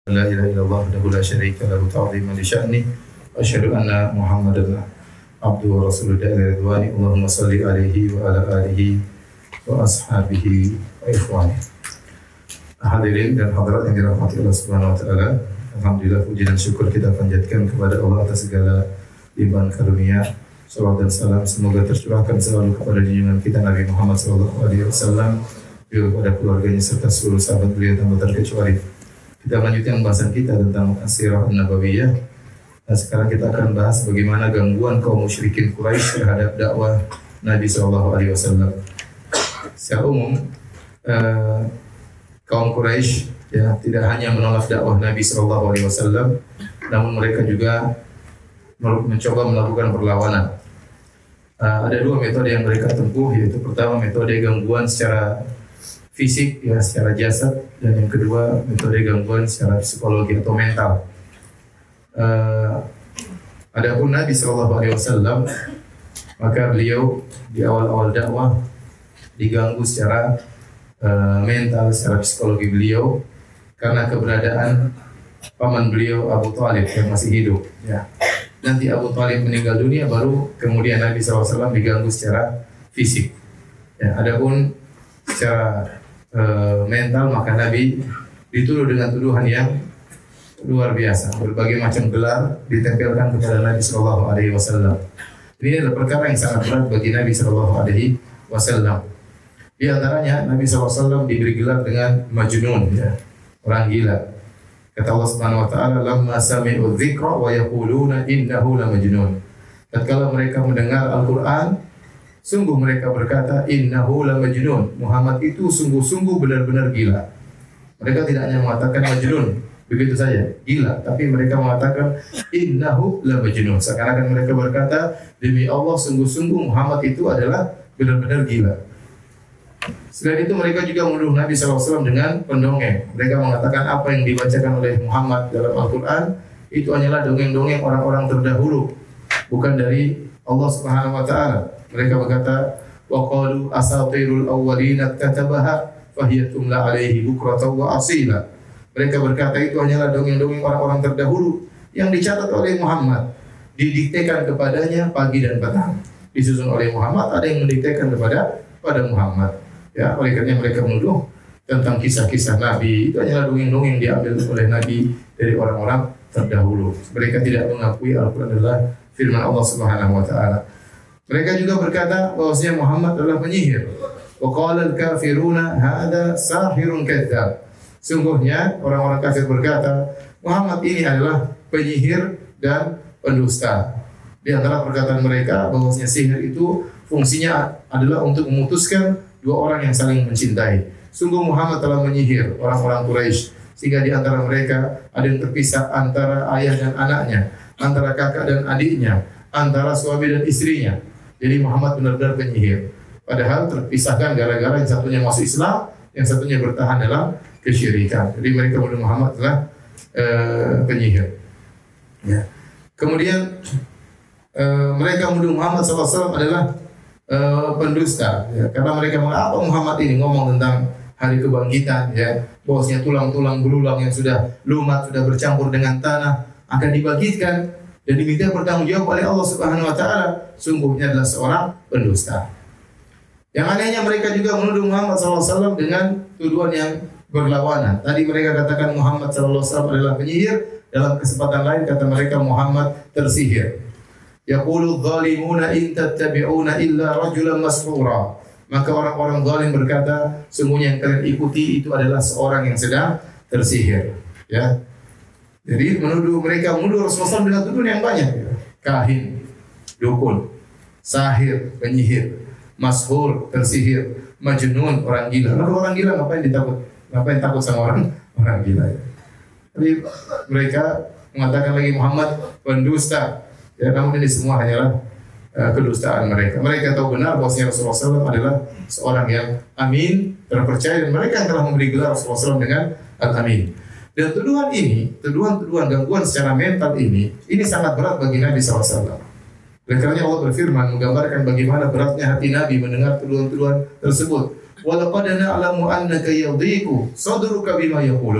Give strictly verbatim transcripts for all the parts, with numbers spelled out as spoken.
La ilaha illallah wahdahu la syarika lahu ta'ziman li sya'ni wa asyhadu anna Muhammadan abduhu wa rasuluhu ila ridwani. Allahumma shalli alaihi wa ala alihi wa ashabihi wa ikhwani. Hadirin dan hadirat yang dirahmati Allah Subhanahu wa taala, alhamdulillah puji dan syukur kita panjatkan kepada Allah atas segala limpahan karunia. Salawat dan salam semoga tercurahkan selalu kepada junjungan kita Nabi Muhammad sallallahu alaihi wasallam, juga kepada keluarganya serta seluruh sahabat beliau tanpa terkecuali. Kita melanjutkan bahasan kita tentang As-Sirah An-Nabawiyah. Nah, sekarang kita akan bahas bagaimana gangguan kaum musyrikin Quraisy terhadap dakwah Nabi sallallahu alaihi wasallam. Secara umum, eh, kaum Quraisy ya tidak hanya menolak dakwah Nabi sallallahu alaihi wasallam, namun mereka juga mencoba melakukan perlawanan. Uh, ada dua metode yang mereka tempuh, yaitu pertama metode gangguan secara fisik ya, secara jasad, dan yang kedua metode gangguan secara psikologi atau mental. Uh, Adapun Nabi sallallahu alaihi wasallam, maka beliau di awal-awal dakwah diganggu secara uh, mental, secara psikologi beliau karena keberadaan paman beliau Abu Thalib yang masih hidup ya. Nanti Abu Thalib meninggal dunia, baru kemudian Nabi sallallahu alaihi wasallam diganggu secara fisik. Ya, adapun secara e, mental, maka Nabi dituduh dengan tuduhan yang luar biasa. Berbagai macam gelar ditempelkan kepada Nabi sallallahu alaihi wasallam. Ini adalah perkara yang sangat berat bagi Nabi sallallahu alaihi wasallam. Di antaranya Nabi sallallahu alaihi wasallam diberi gelar dengan majnun, ya, orang gila. Kata Allah Subhanahu wa taala, "Lamma sami'u dzikra wa yaquluna innahu lamajnun." Tatkala mereka mendengar Al-Qur'an, sungguh mereka berkata, "Innahu lamajnun." Muhammad itu sungguh-sungguh benar-benar gila. Mereka tidak hanya mengatakan majnun begitu saja, gila, tapi mereka mengatakan innahu lamajnun. Seakan-akan mereka berkata, demi Allah sungguh-sungguh Muhammad itu adalah benar-benar gila. Selain itu mereka juga menuduh Nabi sallallahu alaihi wasallam dengan pendongeng. Mereka mengatakan apa yang dibacakan oleh Muhammad dalam Al-Quran itu hanyalah dongeng-dongeng orang-orang terdahulu, bukan dari Allah Subhanahu wa taala. Mereka berkata, wa qalu asatirul awwalina katabaha fahiya tumla alaihi bukratan wa asila. Mereka berkata itu hanyalah dongeng-dongeng orang-orang terdahulu yang dicatat oleh Muhammad, didiktekan kepadanya pagi dan petang. Disusun oleh Muhammad, ada yang mendiktekan kepada pada Muhammad. Ya, oleh karena mereka menuduh tentang kisah-kisah Nabi itu hanyalah dongeng-dongeng diambil oleh Nabi dari orang-orang terdahulu. Mereka tidak mengakui Al-Quran adalah firman Allah Subhanahu wa taala. Mereka juga berkata bahwasanya Muhammad adalah penyihir. Wa qala al-kafiruna hadza sahirun kadzdzab. Sungguhnya orang-orang kafir berkata, Muhammad ini adalah penyihir dan pendusta. Di antara perkataan mereka bahwasanya sihir itu fungsinya adalah untuk memutuskan dua orang yang saling mencintai. Sungguh Muhammad telah menyihir orang-orang Quraisy, sehingga di antara mereka ada yang terpisah antara ayah dan anaknya, antara kakak dan adiknya, antara suami dan istrinya. Jadi Muhammad benar-benar penyihir. Padahal terpisahkan gara-gara yang satunya masuk Islam, yang satunya bertahan dalam kesyirikan. Jadi mereka menuduh Muhammad adalah uh, penyihir. Ya. Kemudian uh, mereka menuduh Muhammad sallallahu alaihi wasallam adalah Uh, pendusta ya, karena mereka mengapa Muhammad ini ngomong tentang hari kebangkitan ya, bahwasanya tulang-tulang belulang yang sudah lumat, sudah bercampur dengan tanah akan dibangkitkan dan diminta bertanggung jawab oleh Allah Subhanahu wa taala. Sungguhnya adalah seorang pendusta. Yang anehnya mereka juga menuduh Muhammad sallallahu alaihi wasallam dengan tuduhan yang berlawanan. Tadi mereka katakan Muhammad sallallahu alaihi wasallam adalah penyihir, dalam kesempatan lain kata mereka Muhammad tersihir. Yaqulu dhalimuna in tattabi'una illa rajulan mas'ura. Maka orang-orang zalim berkata, sungguhnya yang kalian ikuti itu adalah seorang yang sedang tersihir. Ya. Jadi menuduh mereka menuduh Rasulullah dengan tuduhan yang banyak. Ya. Kahin, dukun, sahir, penyihir, mashur, tersihir, majnun, orang gila. Lalu orang gila ngapain ditakut? Ngapain takut sama orang orang gila? Ya. Jadi mereka mengatakan lagi Muhammad pendusta. Ya, namun ini semua hanyalah uh, kedustaan mereka. Mereka tahu benar bahwasanya Rasulullah shallallahu alaihi wasallam adalah seorang yang amin, terpercaya, dan mereka yang telah memberi gelar Rasulullah shallallahu alaihi wasallam dengan al-amin. Dan tuduhan ini, tuduhan-tuduhan gangguan secara mental ini, ini sangat berat bagi Nabi shallallahu alaihi wasallam. Oleh karena Allah berfirman menggambarkan bagaimana beratnya hati Nabi mendengar tuduhan-tuduhan tersebut. Wa laqad na'lamu annaka yadhiqu sadruka bima yaqulun.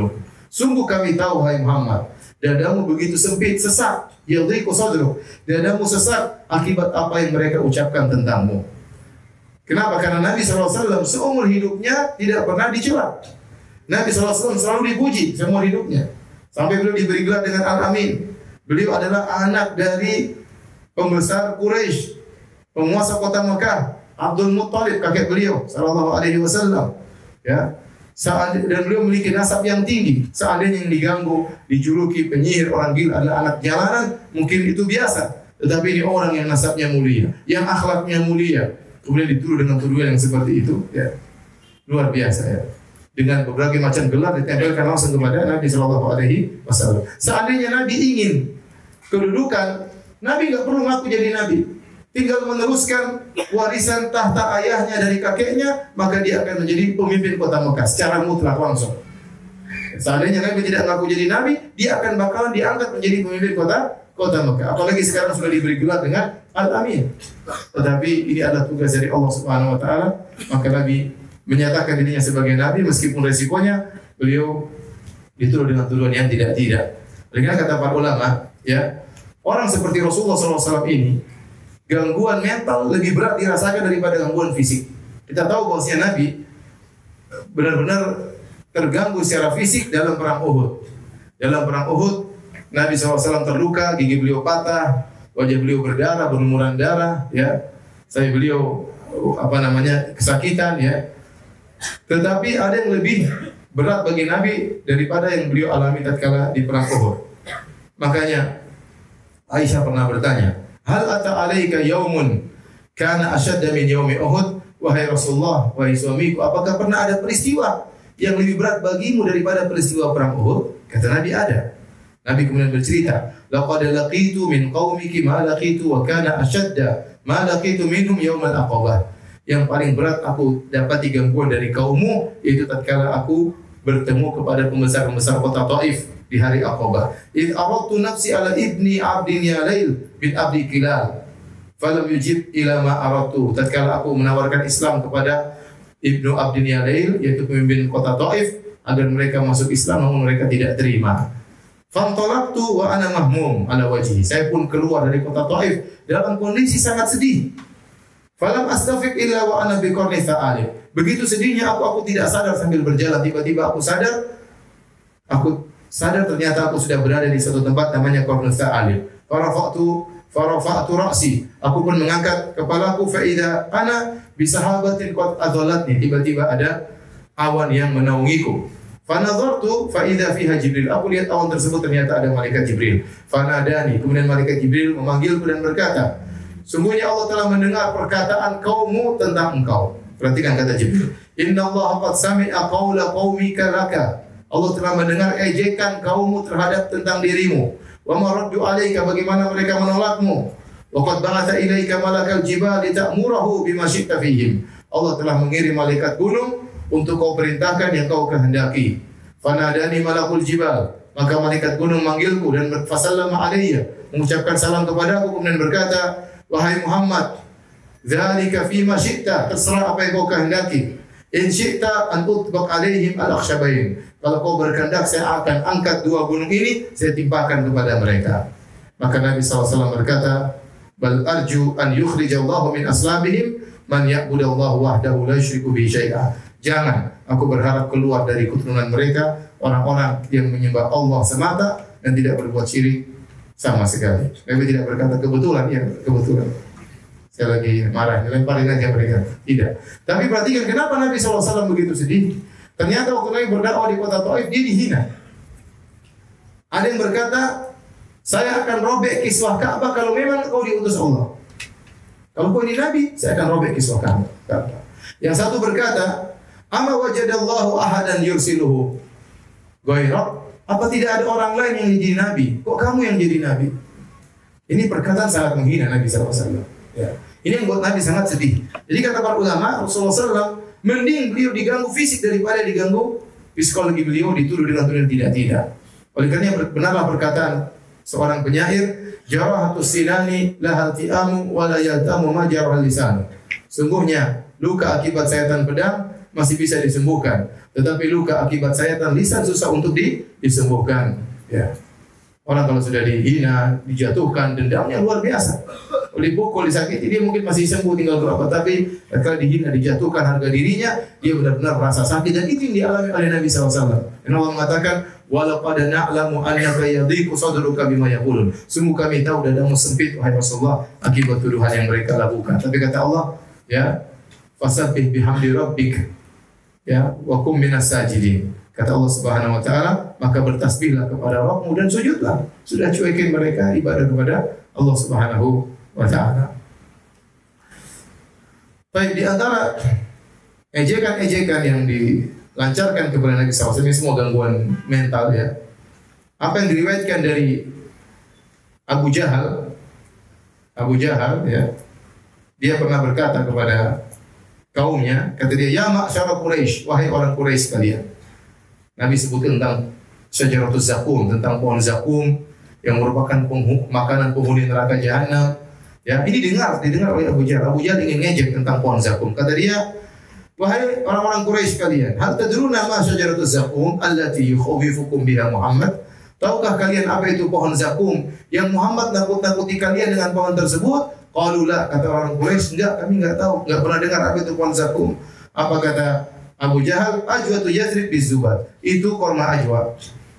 Sungguh kami tahu, hai Muhammad, dadamu begitu sempit, sesak, yadhiqu sadruk. Dadamu sesak akibat apa yang mereka ucapkan tentangmu. Kenapa? Karena Nabi shallallahu alaihi wasallam seumur hidupnya tidak pernah dicela. Nabi shallallahu alaihi wasallam selalu dipuji seumur hidupnya. Sampai beliau diberi gelar dengan Al-Amin. Beliau adalah anak dari pembesar Quraisy, penguasa kota Mekah, Abdul Muttalib, kakek beliau sallallahu alaihi wasallam. Ya. Saat, dan beliau memiliki nasab yang tinggi. Seandainya yang diganggu, dijuluki penyihir, orang gila adalah anak jalanan, mungkin itu biasa. Tetapi ini orang yang nasabnya mulia, yang akhlaknya mulia, kemudian dituduh dengan tuduhan yang seperti itu, ya luar biasa ya. Dengan berbagai macam gelar ditempelkan langsung kepada Nabi Shallallahu Alaihi Wasallam. Seandainya Nabi ingin kedudukan, Nabi nggak perlu ngaku jadi Nabi, tinggal meneruskan warisan tahta ayahnya dari kakeknya, maka dia akan menjadi pemimpin kota Mekah secara mutlak langsung. Seandainya Nabi tidak ngaku jadi Nabi, dia akan bakalan diangkat menjadi pemimpin kota kota Mekah. Apalagi sekarang sudah diberi gelar dengan Al-Amin. Tetapi ini adalah tugas dari Allah Subhanahu Wa Taala, maka Nabi menyatakan dirinya sebagai Nabi meskipun resikonya beliau dituduh dengan tuduhan yang tidak-tidak. Oleh karena kata para ulama, ya orang seperti Rasulullah shallallahu alaihi wasallam ini gangguan mental lebih berat dirasakan daripada gangguan fisik. Kita tahu bahwasanya Nabi benar-benar terganggu secara fisik dalam perang Uhud. Dalam perang Uhud, Nabi shallallahu alaihi wasallam terluka, gigi beliau patah, wajah beliau berdarah, berlumuran darah, ya. Saya beliau apa namanya kesakitan, ya. Tetapi ada yang lebih berat bagi Nabi daripada yang beliau alami tatkala di perang Uhud. Makanya Aisyah pernah bertanya, hal ata alaika yaumun kana asyadda min yaumi Uhud, wahai Rasulullah, wahai suamiku, apakah pernah ada peristiwa yang lebih berat bagimu daripada peristiwa perang Uhud? Kata Nabi, ada. Nabi kemudian bercerita, laqad laqitu min qaumiki ma laqitu wa kana asyadda ma laqitu minhum yaumal aqabah. Yang paling berat aku dapati gangguan dari kaummu yaitu tatkala aku bertemu kepada pembesar-pembesar kota Taif di hari Aqabah. Id aradtu nafsi ala ibni Abdin Yalail bin Abdi Kilal falam yujib ila ma aradtu. Tatkala aku menawarkan Islam kepada Ibnu Abdin Yalail yaitu pemimpin kota Taif agar mereka masuk Islam, namun mereka tidak terima. Fantalaqtu wa ana mahmum ala wajhi. Saya pun keluar dari kota Taif dalam kondisi sangat sedih. Falam astafiq illa wa ana bi qarni tha'alib. Begitu sedihnya aku aku tidak sadar sambil berjalan, tiba-tiba aku sadar aku sadar ternyata aku sudah berada di satu tempat namanya qarni tha'alib. Farafa'tu farafa'tu ra'si. Aku pun mengangkat kepalaku fa idza ana bi sahabatin qad adhallatni. Tiba-tiba ada awan yang menaungiku. Fa nadhartu fa idza fiha Jibril. Aku lihat awan tersebut ternyata ada malaikat Jibril. Fa nadani. Kemudian malaikat Jibril memanggilku dan berkata, sungguhnya Allah telah mendengar perkataan kaummu tentang engkau. Perhatikan kata Jibril. Inna Allah qad sami'a qawla qaumika laka. Allah telah mendengar ejekan kaummu terhadap tentang dirimu. Wa ma raddu 'alaika, bagaimana mereka menolakmu. Wa qad ba'atha ilaika malakal jibali ta'murahu bima syi'ta fihim. Allah telah mengirim malaikat gunung untuk kau perintahkan yang kau kehendaki. Fanadani malakul jibal. Maka malaikat gunung manggilku dan fasallama alayya, mengucapkan salam kepadaku kemudian berkata, wahai Muhammad, dzalika fima syi'ta, terserah apa yang kau kehendaki. In syi'ta an utbaq alaihim al-akhshabain. Kalau kau berkehendak, saya akan angkat dua gunung ini, saya timpakan kepada mereka. Maka Nabi shallallahu alaihi wasallam berkata, bal arju an yukhrijallahu min aslabihim man ya'budallahu wahdahu la yusyriku bihi syai'a. Jangan aku berharap keluar dari keturunan mereka orang-orang yang menyembah Allah semata dan tidak berbuat syirik sama sekali. Nabi tidak berkata kebetulan, ya kebetulan. Saya lagi marah, lemparin aja mereka. Tidak. Tapi perhatikan kenapa Nabi shallallahu alaihi wasallam begitu sedih. Ternyata waktu Nabi berdakwah di kota Taif, dia dihina. Ada yang berkata, saya akan robek kiswah Ka'bah kalau memang kau diutus Allah. Kalau kau ini Nabi, saya akan robek kiswah Ka'bah. Yang satu berkata, ama wajadallahu ahadan yursiluhu ghairak. Apa tidak ada orang lain yang jadi Nabi? Kok kamu yang jadi Nabi? Ini perkataan sangat menghina Nabi shallallahu alaihi wasallam. Ya. Ini yang buat Nabi sangat sedih. Jadi kata para ulama, Rasulullah shallallahu alaihi wasallam mending beliau diganggu fisik daripada diganggu psikologi beliau, dituduh dengan tuduhan tidak-tidak. Oleh karena benarlah perkataan seorang penyair, jarahatus sinani lahal ti'amu wa la yaltamu ma jarahal lisan. Sungguhnya luka akibat sayatan pedang masih bisa disembuhkan, Tetapi luka akibat sayatan lisan susah untuk di, disembuhkan. Ya. Orang kalau sudah dihina, dijatuhkan, dendamnya luar biasa. Kalau dipukul, disakiti, dia mungkin masih sembuh tinggal berapa. Tapi kalau dihina, dijatuhkan harga dirinya, dia benar-benar merasa sakit. Dan itu yang dialami oleh Nabi shallallahu alaihi wasallam. Dan Allah mengatakan, walaqad na'lamu annaka yadhiqu sadruka bima yaqulun. Sungguh kami tahu dadamu sempit wahai Rasulullah akibat tuduhan yang mereka lakukan. Tapi kata Allah, ya, fasabbih bihamdi rabbik, ya, wa kum minas sajidin. Kata Allah Subhanahu wa taala, maka bertasbihlah kepada Rabbmu dan sujudlah. Sudah cuekin mereka ibadah kepada Allah Subhanahu wa taala. Baik, di antara ejekan-ejekan yang dilancarkan kepada Nabi shallallahu alaihi wasallam, ini semua gangguan mental ya. Apa yang diriwayatkan dari Abu Jahal, Abu Jahal ya, dia pernah berkata kepada kaumnya, kata dia, ya ma'syara Quraisy, wahai orang Quraisy sekalian. Nabi sebut tentang Syajaratuz Zakum, tentang pohon zakum yang merupakan penghu, makanan penghuni neraka jahanam. Ya, ini dengar, didengar oleh Abu Jahal. Abu Jahal ingin ngejek tentang pohon zakum. Kata dia, wahai orang-orang Quraisy sekalian, hal tadruna ma Syajaratuz Zakum allati yukhawifukum biha Muhammad? Tahukah kalian apa itu pohon zakum yang Muhammad nakut-nakuti kalian dengan pohon tersebut? Qalu la, kata orang Quraisy, enggak, kami enggak tahu, enggak pernah dengar apa itu pohon zakum. Apa kata Abu Jahal? Ajwatu Yathrib bizubat. Itu korma ajwa.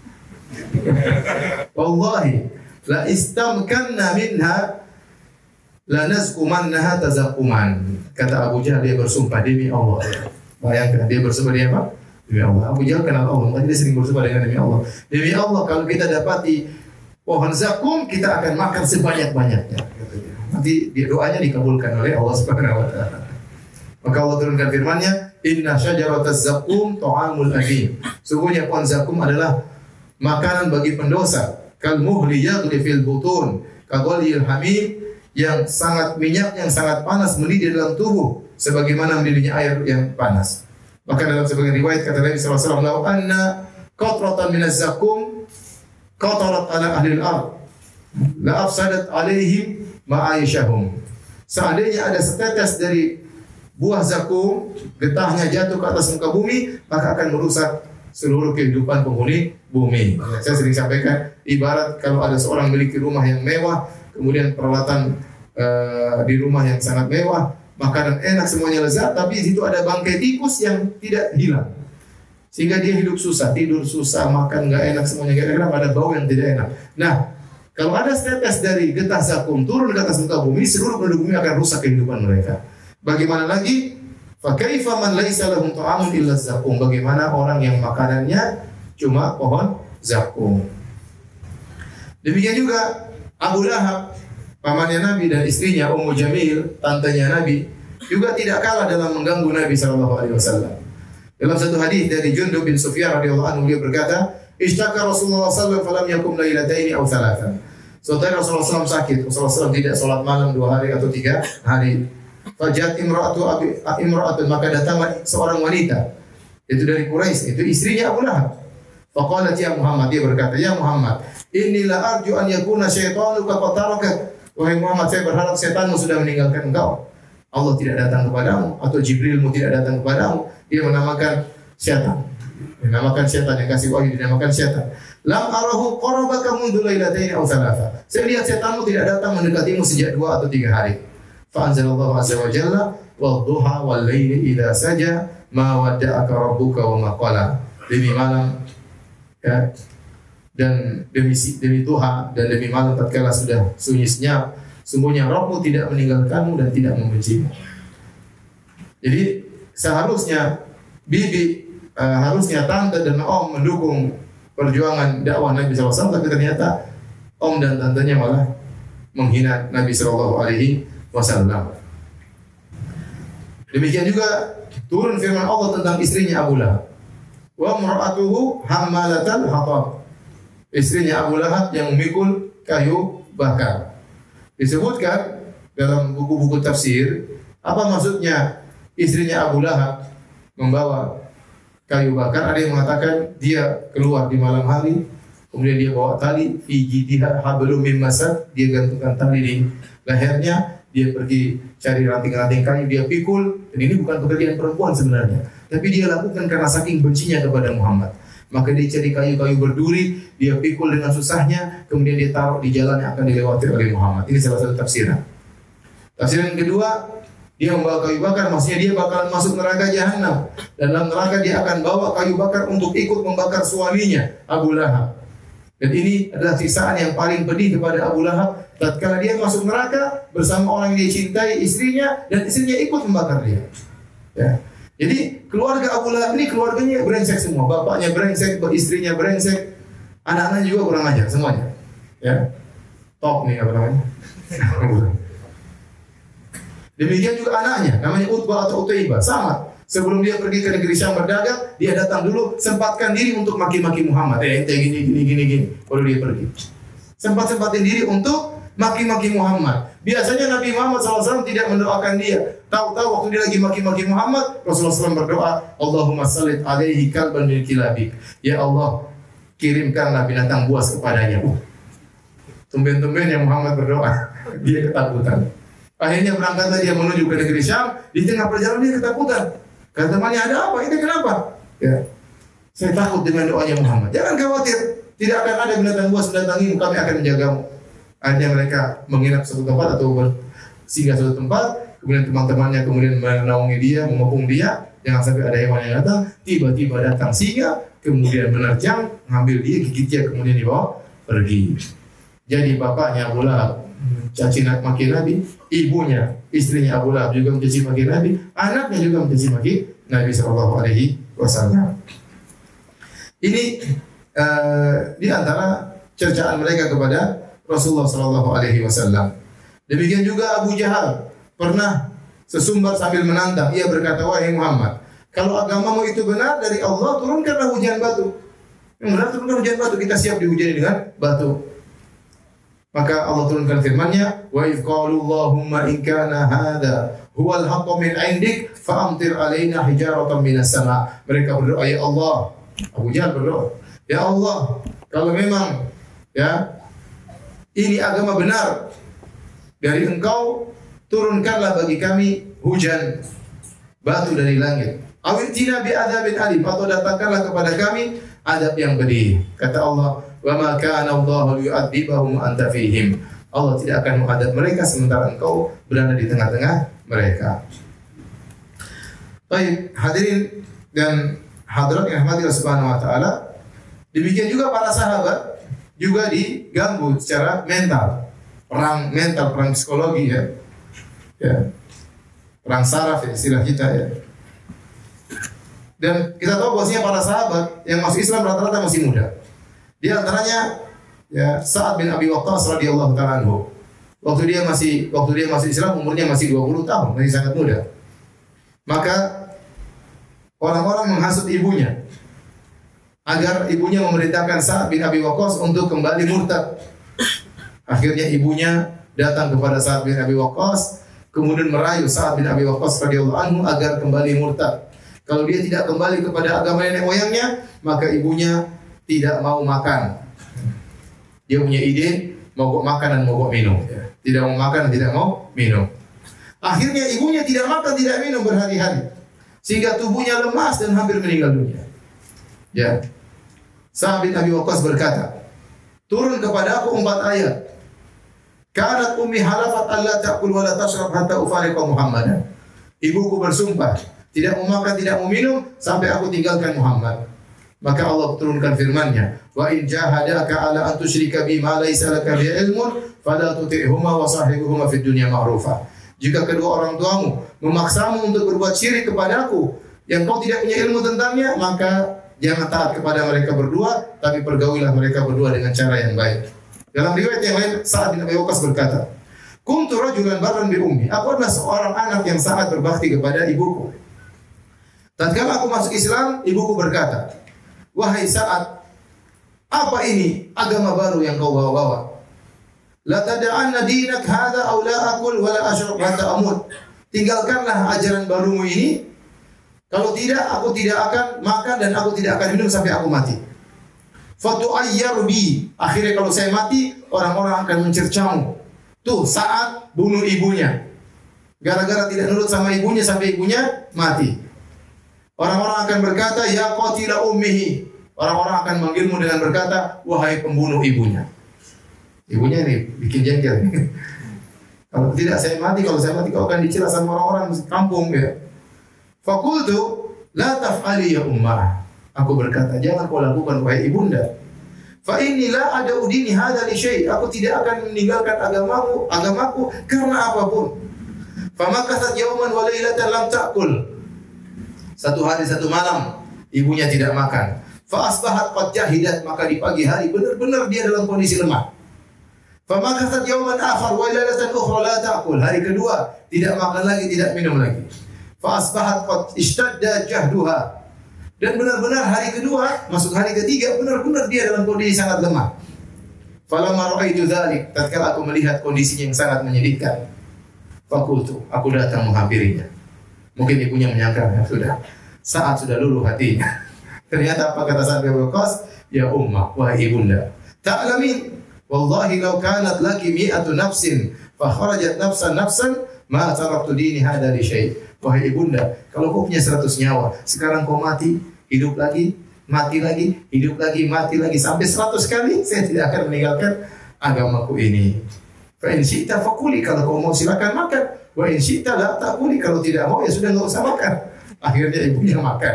Wallahi la istamkanna minha la nazkumannaha tazakuman. Kata Abu Jahal, dia bersumpah demi Allah. Bayangkan dia bersumpah demi apa? Demi Allah. Abu Jahal kenal Allah, makanya dia sering bersumpah dengan demi Allah. Demi Allah, kalau kita dapati pohon zakum, kita akan makan sebanyak-banyaknya. Nanti doanya dikabulkan oleh Allah Subhanahu wa taala. Maka Allah turunkan firman-Nya, inna syajarataz zakum ta'amul adim. Sungguhnya pohon zakum adalah makanan bagi pendosa. Kal muhli yaghli fil butun, kaghalil hamim, yang sangat minyak yang sangat panas mendidih dalam tubuh sebagaimana mendidihnya air yang panas. Maka dalam sebagian riwayat kata Nabi sallallahu alaihi wasallam, "Lau anna qatratan minaz zakum qatarat ala ahli al-ard, la afsadat alaihim ma'aishahum." Seandainya ada setetes dari buah zakum, getahnya jatuh ke atas muka bumi, maka akan merusak seluruh kehidupan penghuni bumi. Saya sering sampaikan, ibarat kalau ada seorang memiliki rumah yang mewah, kemudian peralatan uh, di rumah yang sangat mewah, makanan enak, semuanya lezat, tapi di situ ada bangkai tikus yang tidak hilang. Sehingga dia hidup susah, tidur susah, makan nggak enak, semuanya nggak enak, ada bau yang tidak enak. Nah, kalau ada setetes dari getah zakum turun ke atas muka bumi, seluruh penduduk bumi akan rusak kehidupan mereka. Bagaimana lagi? Fa kaifa man laisa lahum ta'amun illa zakum? Bagaimana orang yang makanannya cuma pohon zakum? Demikian juga Abu Lahab, pamannya Nabi dan istrinya Ummu Jamil, tantenya Nabi, juga tidak kalah dalam mengganggu Nabi sallallahu alaihi wasallam. Dalam satu hadis dari Jundub bin Sufyan radhiyallahu anhu, dia berkata, "Ishtaka Rasulullah sallallahu alaihi wasallam falam yakum lailataini aw thalathan." Suatu hari Rasulullah sallallahu alaihi wasallam sakit. Rasulullah sallallahu alaihi wasallam tidak salat malam dua hari atau tiga hari. Fajat imra'atu abi imra'atun, maka datang seorang wanita, itu dari Quraisy, itu istrinya Abu Lahab. Faqalat ya Muhammad, dia berkata, "Ya Muhammad, inni la arju an yakuna syaitanuka qad taraka." Wahai Muhammad, saya berharap setanmu sudah meninggalkan engkau. Allah tidak datang kepadamu atau Jibrilmu tidak datang kepadamu. Dia menamakan setan. Dinamakan setan, yang kasih wahyu dinamakan setan. Lam arahu qarabaka mundu lailataini aw thalatha. Saya lihat setanmu tidak datang mendekatimu sejak dua atau tiga hari. Fa anzalallahu azza wa jalla wadduha wal laili idza saja ma wadda'aka rabbuka wa ma qala. Demi malam ya, dan demi demi Tuhan dan demi malam tatkala sudah sunyi senyap, sungguhnya Rabbmu tidak meninggalkanmu dan tidak membencimu. Jadi seharusnya bibi uh, harusnya tante dan om mendukung perjuangan dakwah Nabi sallallahu alaihi wasallam, tapi ternyata om dan tantenya malah menghina Nabi sallallahu alaihi wasallam. Demikian juga turun firman Allah tentang istrinya Abu Lahab. Wa mar'atuhu hammalatal hatab. Istrinya Abu Lahab yang memikul kayu bakar. Disebutkan dalam buku-buku tafsir, apa maksudnya istrinya Abu Lahab membawa kayu bakar? Ada yang mengatakan dia keluar di malam hari, kemudian dia bawa tali, fi jidha hablum min masad, dia gantungkan tali di lehernya, dia pergi cari ranting-ranting kayu, dia pikul. Dan ini bukan pekerjaan perempuan sebenarnya. Tapi dia lakukan karena saking bencinya kepada Muhammad. Maka dia cari kayu-kayu berduri, dia pikul dengan susahnya, kemudian dia taruh di jalan yang akan dilewati oleh Muhammad. Ini salah satu tafsiran. Tafsiran yang kedua, dia membawa kayu bakar, maksudnya dia bakalan masuk neraka jahanam. Dan dalam neraka dia akan bawa kayu bakar untuk ikut membakar suaminya, Abu Lahab. Dan ini adalah siksaan yang paling pedih kepada Abu Lahab. Tatkala dia masuk neraka bersama orang yang dia cintai, istrinya, dan istrinya ikut membakar dia. Ya. Jadi keluarga Abu Lahab ini keluarganya brengsek semua. Bapaknya brengsek, istrinya brengsek, anak-anaknya juga kurang ajar semuanya. Ya, top nih apa namanya. Demikian juga anaknya, namanya Utbah atau Utaibah, sama. Sebelum dia pergi ke negeri Syam berdagang, dia datang dulu, sempatkan diri untuk maki-maki Muhammad. Eh, ente gini, gini, gini, gini. Baru dia pergi. Sempat-sempatin diri untuk maki-maki Muhammad. Biasanya Nabi Muhammad shallallahu alaihi wasallam tidak mendoakan dia. Tahu-tahu waktu dia lagi maki-maki Muhammad, Rasulullah shallallahu alaihi wasallam berdoa, Allahumma sallit alaihi kalban min kilabik. Ya Allah, kirimkanlah binatang buas kepadanya. Uh, tumben-tumben yang Muhammad berdoa, dia ketakutan. Akhirnya berangkatlah dia menuju ke negeri Syam. Di tengah perjalanan dia ketakutan. Kata temannya, ada apa? Ini kenapa? Ya, saya takut dengan doanya Muhammad. Jangan khawatir, tidak akan ada binatang buas mendatangimu, kami akan menjagamu. Akhirnya mereka menginap satu tempat atau singgah satu tempat, kemudian teman-temannya kemudian menaungi dia, memukung dia, jangan sampai ada hewan yang datang. Tiba-tiba datang singa, kemudian menerjang, ngambil dia, gigit dia, kemudian dibawa pergi. Jadi bapaknya Abu Lahab caci maki Nabi, ibunya, istrinya Abu Lahab juga mencaci maki Nabi, anaknya juga mencaci maki Nabi Shallallahu Alaihi Wasallam. Ini uh, di antara cercaan mereka kepada Rasulullah Shallallahu Alaihi Wasallam. Demikian juga Abu Jahal pernah sesumbar sambil menantang. Ia berkata, wahai Muhammad, kalau agamamu itu benar dari Allah, turunkanlah hujan batu. Yang benar turunkan hujan batu, kita siap dihujani dengan batu. Maka Allah turunkan firman-Nya, wa idh qalu Allahumma in kana hadza huwal haqqu min 'indik fa'amtir 'alaina hijaratan minas sama'. Mereka berdoa, ya Allah. Abu Jahal berdoa, ya Allah, kalau memang ya ini agama benar dari Engkau, turunkanlah bagi kami hujan batu dari langit. Awitina bi adzabin alim, atau datangkanlah kepada kami adab yang pedih. Kata Allah, wa ma kana Allahu yu'adzibahum anta fihim. Allah tidak akan mengadab mereka sementara engkau berada di tengah-tengah mereka. Baik, hadirin dan hadirat yang dirahmati Allah Subhanahu wa taala. Demikian juga para sahabat juga diganggu secara mental. Perang mental, perang psikologi ya. Ya. Perang saraf ya, istilah kita ya. Dan kita tahu bahwasanya para sahabat yang masuk Islam rata-rata masih muda. Di antaranya ya Sa'ad bin Abi Waqqas radhiyallahu ta'ala anhu. Waktu dia masih waktu dia masuk Islam umurnya masih dua puluh tahun, masih sangat muda. Maka orang-orang menghasut ibunya agar ibunya memerintahkan Sa'ad bin Abi Waqqas untuk kembali murtad. Akhirnya ibunya datang kepada Sa'ad bin Abi Waqqas, kemudian merayu Sa'ad bin Abi Waqqas radhiyallahu anhu agar kembali murtad. Kalau dia tidak kembali kepada agama nenek moyangnya, maka ibunya tidak mau makan. Dia punya ide mogok makan dan mogok minum. Tidak mau makan dan tidak mau minum. Akhirnya ibunya tidak makan, tidak minum berhari-hari, sehingga tubuhnya lemas dan hampir meninggal dunia. Ya. Sa'ad bin Abi Waqqas berkata, turun kepada aku empat ayat. Kanat ummi halafat alla ta'kul wa la tashrab hatta ufariqa Muhammadan. Ibuku bersumpah tidak mau makan, tidak mau minum sampai aku tinggalkan Muhammad. Maka Allah turunkan firman-Nya, wa in jahadaka ala an tusyrika bi ma laysa laka bi ilmun fala tuti'huma wa sahibuhuma fid dunya ma'rufa. Jika kedua orang tuamu memaksamu untuk berbuat syirik kepadaku yang kau tidak punya ilmu tentangnya, maka jangan taat kepada mereka berdua, tapi pergaulilah mereka berdua dengan cara yang baik. Dalam riwayat yang lain, Sa'ad bin Abi Waqqas berkata, kuntu rajulan barran bi ummi. Aku adalah seorang anak yang sangat berbakti kepada ibuku. Tatkala aku masuk Islam, ibuku berkata, wahai Sa'ad, apa ini agama baru yang kau bawa-bawa? La tada'anna dinak hadha aw la akul wa la ashrab hatta amut. Tinggalkanlah ajaran barumu ini. Kalau tidak, aku tidak akan makan dan aku tidak akan minum sampai aku mati. Fatu'ayyar bi. Akhirnya kalau saya mati, orang-orang akan mencercamu. Tuh, Sa'ad bunuh ibunya. Gara-gara tidak nurut sama ibunya sampai ibunya mati. Orang-orang akan berkata, ya qatila ummihi. Orang-orang akan manggilmu dengan berkata, wahai pembunuh ibunya. Ibunya ini bikin jengkel. Kalau tidak saya mati, kalau saya mati kau akan dicela sama orang-orang kampung ya. Faqultu la taf'ali ya ummah. Aku berkata, jangan kau lakukan wahai ibunda. Fa inni la ada udini hadza li syai'. Aku tidak akan meninggalkan agamamu, agamaku karena apapun. Famakathat yawman wa lailatan lam ta'kul. Satu hari satu malam ibunya tidak makan. Fa asbahat qad jahidat, maka di pagi hari benar-benar dia dalam kondisi lemah. Famakathat yawman akhar wa lailatan ukhra la ta'kul. Hari kedua tidak makan lagi, tidak minum lagi. Fa asbahat qad ishtadda jahduha. Dan benar-benar hari kedua, masuk hari ketiga, benar-benar dia dalam kondisi sangat lemah. Falamma ra'aitu dzalik, tatkala aku melihat kondisinya yang sangat menyedihkan, faqultu, aku datang menghampirinya. Mungkin ibunya menyangka, ya sudah, saat sudah luluh hatinya. Ternyata apa kata Sa'd bin Waqqas? Ya ummah, wahai ibunda, ta'lamin, wallahi law kanat laki mi'atu nafsin, fa kharajat nafsan nafsan, ma taraktu dini hadha li syai'. Wahai ibunda, kalau kau punya seratus nyawa, sekarang kau mati, hidup lagi, mati lagi, hidup lagi, mati lagi, sampai seratus kali, saya tidak akan meninggalkan agamaku ini. Fa in syi'ta faquli, kalau kau mau silakan makan. Wa in syi'ta la taquli, kalau tidak mau ya sudah enggak usah makan. Akhirnya ibunya makan.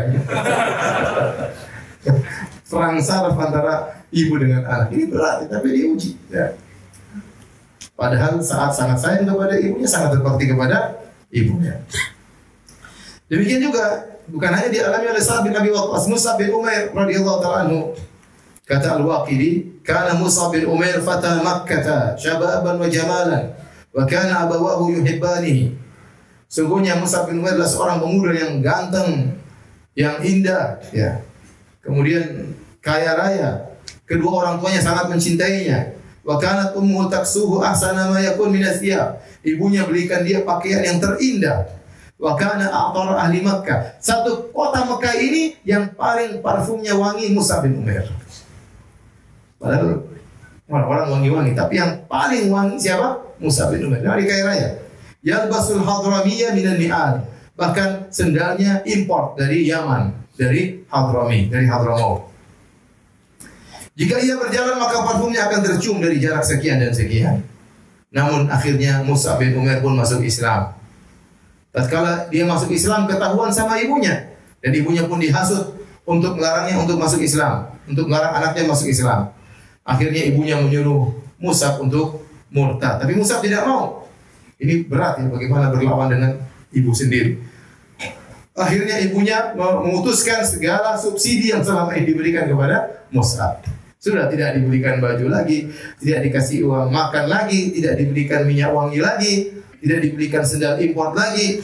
Perang saraf antara ibu dengan anak. Ini berat, tapi diuji. Ya. Padahal saat sangat sayang kepada ibunya, sangat berbakti kepada ibunya. Demikian juga bukan hanya dialami oleh Sa'd bin Abi Waqqas, Mus'ab bin Umair radhiyallahu ta'ala anhu. Kata Al-Waqidi, "Kana Mus'ab bin Umair fata Makkah, syababan wa jamalan, wa kana abawahu yuhibbanihi." Sungguhnya Mus'ab bin Umair adalah seorang pemuda yang ganteng, yang indah, ya. Kemudian kaya raya. Kedua orang tuanya sangat mencintainya. Wa kanat ummuhu taksuhu ahsana ma yakun min athiyab. Ibunya belikan dia pakaian yang terindah. Wa kana a'tar ahli Makkah. Satu kota Mekah ini yang paling parfumnya wangi Mus'ab bin Umair. Padahal orang-orang wangi-wangi, tapi yang paling wangi siapa? Mus'ab bin Umair. Dari kaya raya. Yalbasul hadramiyya minan ni'al. Bahkan sendalnya import dari Yaman, dari Hadrami, dari Hadramaut. Jika ia berjalan maka parfumnya akan tercium dari jarak sekian dan sekian. Namun akhirnya Mus'ab bin Umair pun masuk Islam. Tatkala dia masuk Islam ketahuan sama ibunya, dan ibunya pun dihasut untuk melarangnya untuk masuk Islam, untuk melarang anaknya masuk Islam. Akhirnya ibunya menyuruh Mus'ab untuk murtad, tapi Mus'ab tidak mau. Ini berat ya, bagaimana berlawan dengan ibu sendiri. Akhirnya ibunya memutuskan segala subsidi yang selama ini diberikan kepada Mus'ab. Sudah tidak diberikan baju lagi, tidak dikasih uang makan lagi, tidak diberikan minyak wangi lagi, tidak diberikan sendal import lagi.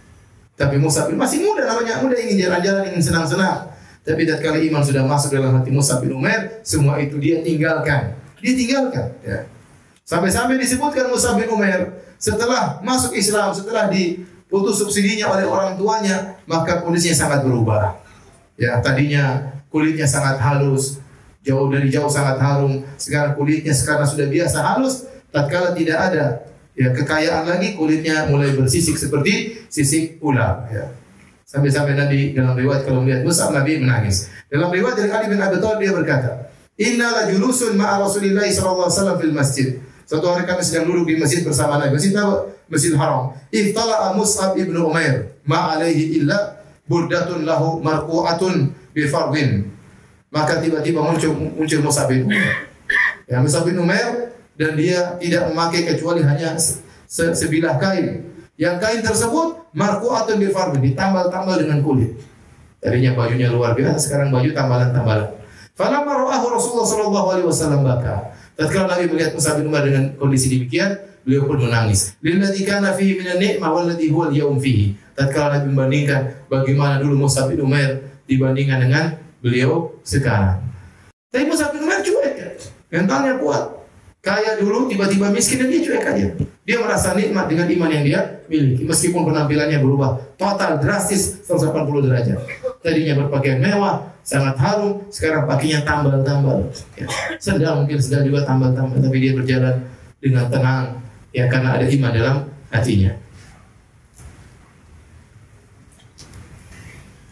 Tapi Mus'ab masih muda, namanya muda, ingin jalan-jalan, ingin senang-senang. Tapi tatkala iman sudah masuk dalam hati Mus'ab bin Umair, semua itu dia tinggalkan. Dia tinggalkan. Ya. Sampai-sampai disebutkan Mus'ab bin Umair setelah masuk Islam, setelah diputus subsidinya oleh orang tuanya, maka kondisinya sangat berubah. Ya, tadinya kulitnya sangat halus, jauh dari jauh sangat harum. Sekarang kulitnya sekarang sudah biasa halus. Tatkala tidak ada ya kekayaan lagi, kulitnya mulai bersisik seperti sisik ular. Ya. Sampai-sampai nanti dalam riwayat kalau melihat Mus'ab, Nabi menangis. Dalam riwayat dari Ali bin Abi Thalib dia berkata, Inna la julusun ma'a Rasulillah sallallahu alaihi wasallam fil masjid. Suatu hari kami sedang duduk di masjid bersama Nabi. Masjid apa? Masjidil Haram. Iftala'a Mus'ab ibnu Umair ma alaihi illa burdatun lahu marqu'atun bi fardin. Maka tiba-tiba muncul muncul Mus'ab bin Umair. Ya, Mus'ab bin Umair, dan dia tidak memakai kecuali hanya se sebilah kain. Yang kain tersebut marqu'atun bi fardin, ditambal-tambal dengan kulit. Tadinya bajunya luar biasa, sekarang baju tambalan-tambalan. Falamma ra'ahu Rasulullah sallallahu alaihi wasallam baka. Tatkala Nabi melihat Mus'ab bin Umair dengan kondisi demikian, beliau pun menangis. Lilladzi kana fihi minan ni'mah walladzi huwa al-yawm fihi. Tatkala Nabi membandingkan bagaimana dulu Mus'ab bin Umair dibandingkan dengan beliau sekarang. Tapi Mus'ab bin Umair cuek ya. Mentalnya kuat. Kaya dulu tiba-tiba miskin dan dia cuek aja. Dia merasa nikmat dengan iman yang dia miliki meskipun penampilannya berubah total drastis seratus delapan puluh derajat. Tadinya berpakaian mewah, sangat harum, sekarang pakainya tambal-tambal. Ya. Sendal mungkin sendal juga tambal-tambal, tapi dia berjalan dengan tenang ya karena ada iman dalam hatinya.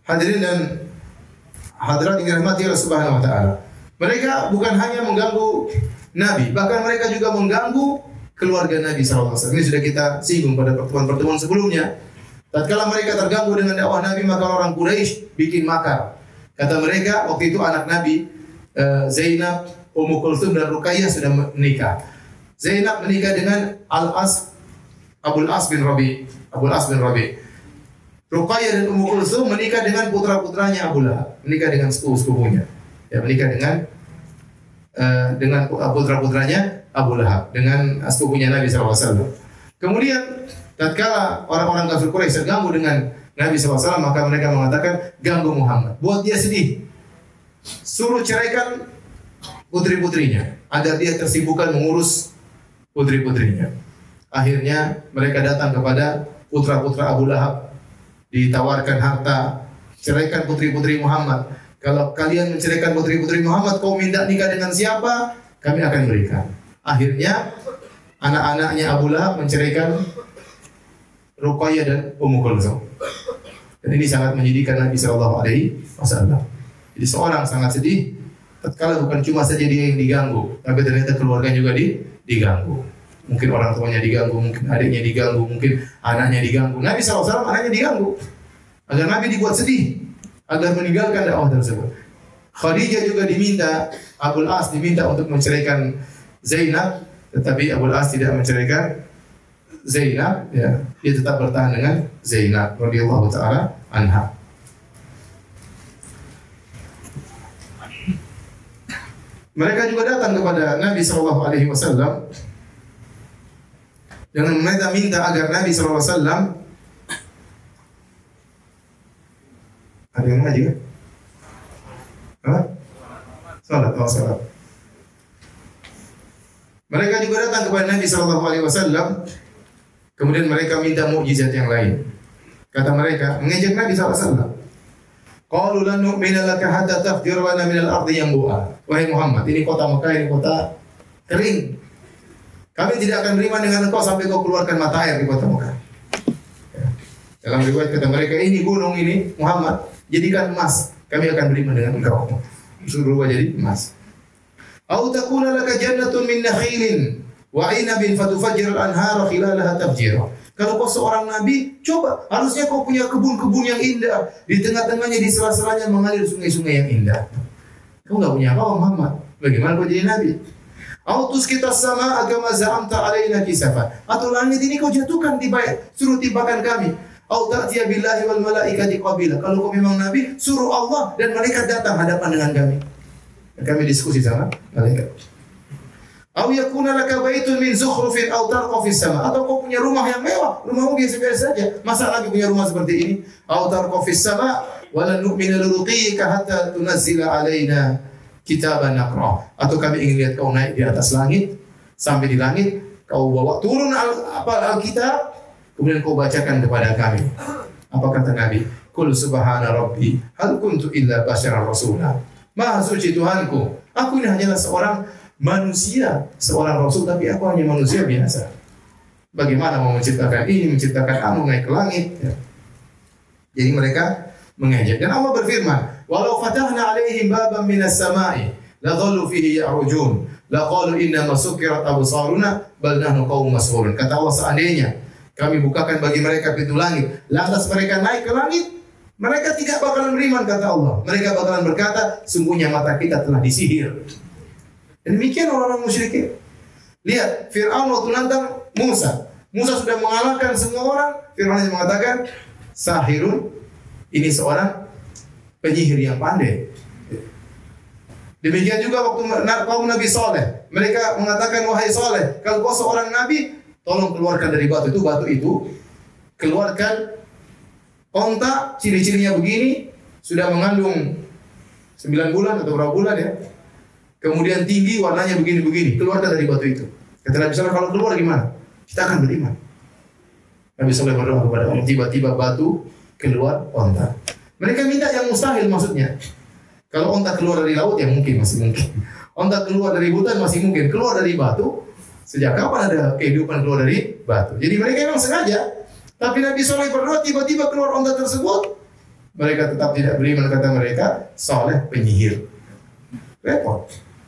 Hadirin dan hadirat yang dirahmati Allah Subhanahu wa taala. Mereka bukan hanya mengganggu Nabi, bahkan mereka juga mengganggu keluarga Nabi sallallahu alaihi wasallam. Ini sudah kita singgung pada pertemuan-pertemuan sebelumnya. Tatkala mereka terganggu dengan dakwah Nabi, maka orang Quraisy bikin makar. Kata mereka, waktu itu anak Nabi Zainab, Ummu Kulthum dan Ruqayyah sudah menikah. Zainab menikah dengan Al-As Abul As bin Rabi, Abul As bin Rabi. Ruqayyah dan Ummu Kulthum menikah dengan putra-putranya Abu Lahab, menikah dengan sepupu-sepupunya. Ya, menikah dengan uh, dengan putra-putranya Abu Lahab, dengan sepupunya Nabi sallallahu alaihi wasallam. Kemudian tatkala orang-orang kafir Quraisy terganggu dengan Nabi sallallahu alaihi wasallam, maka mereka mengatakan, ganggu Muhammad, buat dia sedih. Suruh ceraikan putri-putrinya agar dia tersibukkan mengurus putri-putrinya. Akhirnya mereka datang kepada putra-putra Abu Lahab, ditawarkan harta, ceraikan putri-putri Muhammad. Kalau kalian menceraikan putri-putri Muhammad, kau minta nikah dengan siapa? Kami akan berikan. Akhirnya anak-anaknya Abu Lahab menceraikan Ruqayyah dan Ummu Kulthum. Dan ini sangat menyedihkan Nabi sallallahu alaihi wasallam. Jadi seorang sangat sedih tatkala bukan cuma saja dia yang diganggu, tapi ternyata keluarga juga di, diganggu. Mungkin orang tuanya diganggu, mungkin adiknya diganggu, mungkin anaknya diganggu. Nabi sallallahu alaihi wasallam anaknya diganggu. Agar Nabi dibuat sedih, agar meninggalkan dakwah tersebut. Khadijah juga diminta, Abul As diminta untuk menceraikan Zainab, tetapi Abul As tidak menceraikan Zainab, ya, dia tetap bertahan dengan Zainab radhiyallahu taala anha. Mereka juga datang kepada Nabi sallallahu alaihi wasallam dengan mereka minta agar Nabi sallallahu alaihi wasallam, ada yang ngaji kan? Hah? Salat, oh salat. Mereka juga datang kepada Nabi sallallahu alaihi wasallam. Kemudian mereka minta mukjizat yang lain. Kata mereka, mengejek Nabi sallallahu alaihi wasallam. Qalu lan nu'mina laka hatta tafjura lana minal ardi yanbu'a. Wahai Muhammad, ini kota Mekah, ini kota kering. Kami tidak akan beriman dengan engkau sampai kau keluarkan mata air di kota Mekah. Ya. Dalam riwayat kata mereka, ini gunung ini Muhammad, jadikan emas. Kami akan beriman dengan engkau. Suruh rubah jadi emas. Au takuna laka jannatun min nakhilin wa 'inabin fatufajjirul anhara khilalaha tafjira. Kalau kau seorang nabi, coba, harusnya kau punya kebun-kebun yang indah, di tengah-tengahnya, di sela-selanya mengalir sungai-sungai yang indah. Kau enggak punya apa, Muhammad? Bagaimana kau jadi nabi? Autus kita sama agama za'amta alaina kisafa. Atau langit ini kau jatuhkan tiba, suruh tibakan kami. Au ta'tiya billahi wal malaikati qabila. Kalau kau memang nabi, suruh Allah dan malaikat datang hadapan dengan kami. Dan kami diskusi sama malaikat. Au yakuna laka baitun min zukhrufin aw tarqa fis sama. Atau kau punya rumah yang mewah, rumahmu biasa-biasa saja. Masa Nabi punya rumah seperti ini? Aw tarqa fis sama wa lan nu'mina liruqiyika hatta tunazzila alaina kitaban naqra. Atau kami ingin lihat kau naik di atas langit, sampai di langit kau bawa turun al, apa Alkitab, kemudian kau bacakan kepada kami. Apa kata Nabi? Qul subhana rabbi hal kuntu illa basyaran rasula. Maha suci Tuhanku, aku ini hanyalah seorang manusia, seorang rasul, tapi aku hanya manusia biasa. Bagaimana mau menciptakan ini, menciptakan anu naik ke langit? Ya. Jadi mereka mengejek. Dan Allah berfirman, walau fatahna alaihim baban minas samai la dhallu fihi ya'rujun la qalu inna masukkirat absaruna bal nahnu qaumun mas'ulun. Kata Allah, seandainya kami bukakan bagi mereka pintu langit, lantas mereka naik ke langit, mereka tidak bakalan beriman, kata Allah. Mereka bakalan berkata, sungguhnya mata kita telah disihir. Dan demikian orang-orang musyrikin. Lihat, Fir'aun waktu nantang Musa. Musa sudah mengalahkan semua orang. Fir'aun hanya mengatakan, sahirun, ini seorang penyihir yang pandai. Demikian juga waktu kaum Nabi Saleh. Mereka mengatakan, wahai Saleh, kalau kau seorang Nabi, tolong keluarkan dari batu itu, batu itu, keluarkan onta, ciri-cirinya begini, sudah mengandung sembilan bulan atau berapa bulan ya. Kemudian tinggi, warnanya begini-begini, keluarkan dari batu itu. Kata Nabi Saleh, kalau keluar gimana? Kita akan beriman. Nabi Saleh berdoa kepada Allah, tiba-tiba batu keluar onta. Mereka minta yang mustahil maksudnya. Kalau onta keluar dari laut, ya mungkin, masih mungkin. Onta keluar dari hutan, masih mungkin. Keluar dari batu, sejak kapan ada kehidupan keluar dari batu? Jadi mereka memang sengaja. Tapi Nabi Saleh berdoa, tiba-tiba keluar onta tersebut, Mereka tetap tidak beriman, kata mereka, Saleh penyihir. Repot.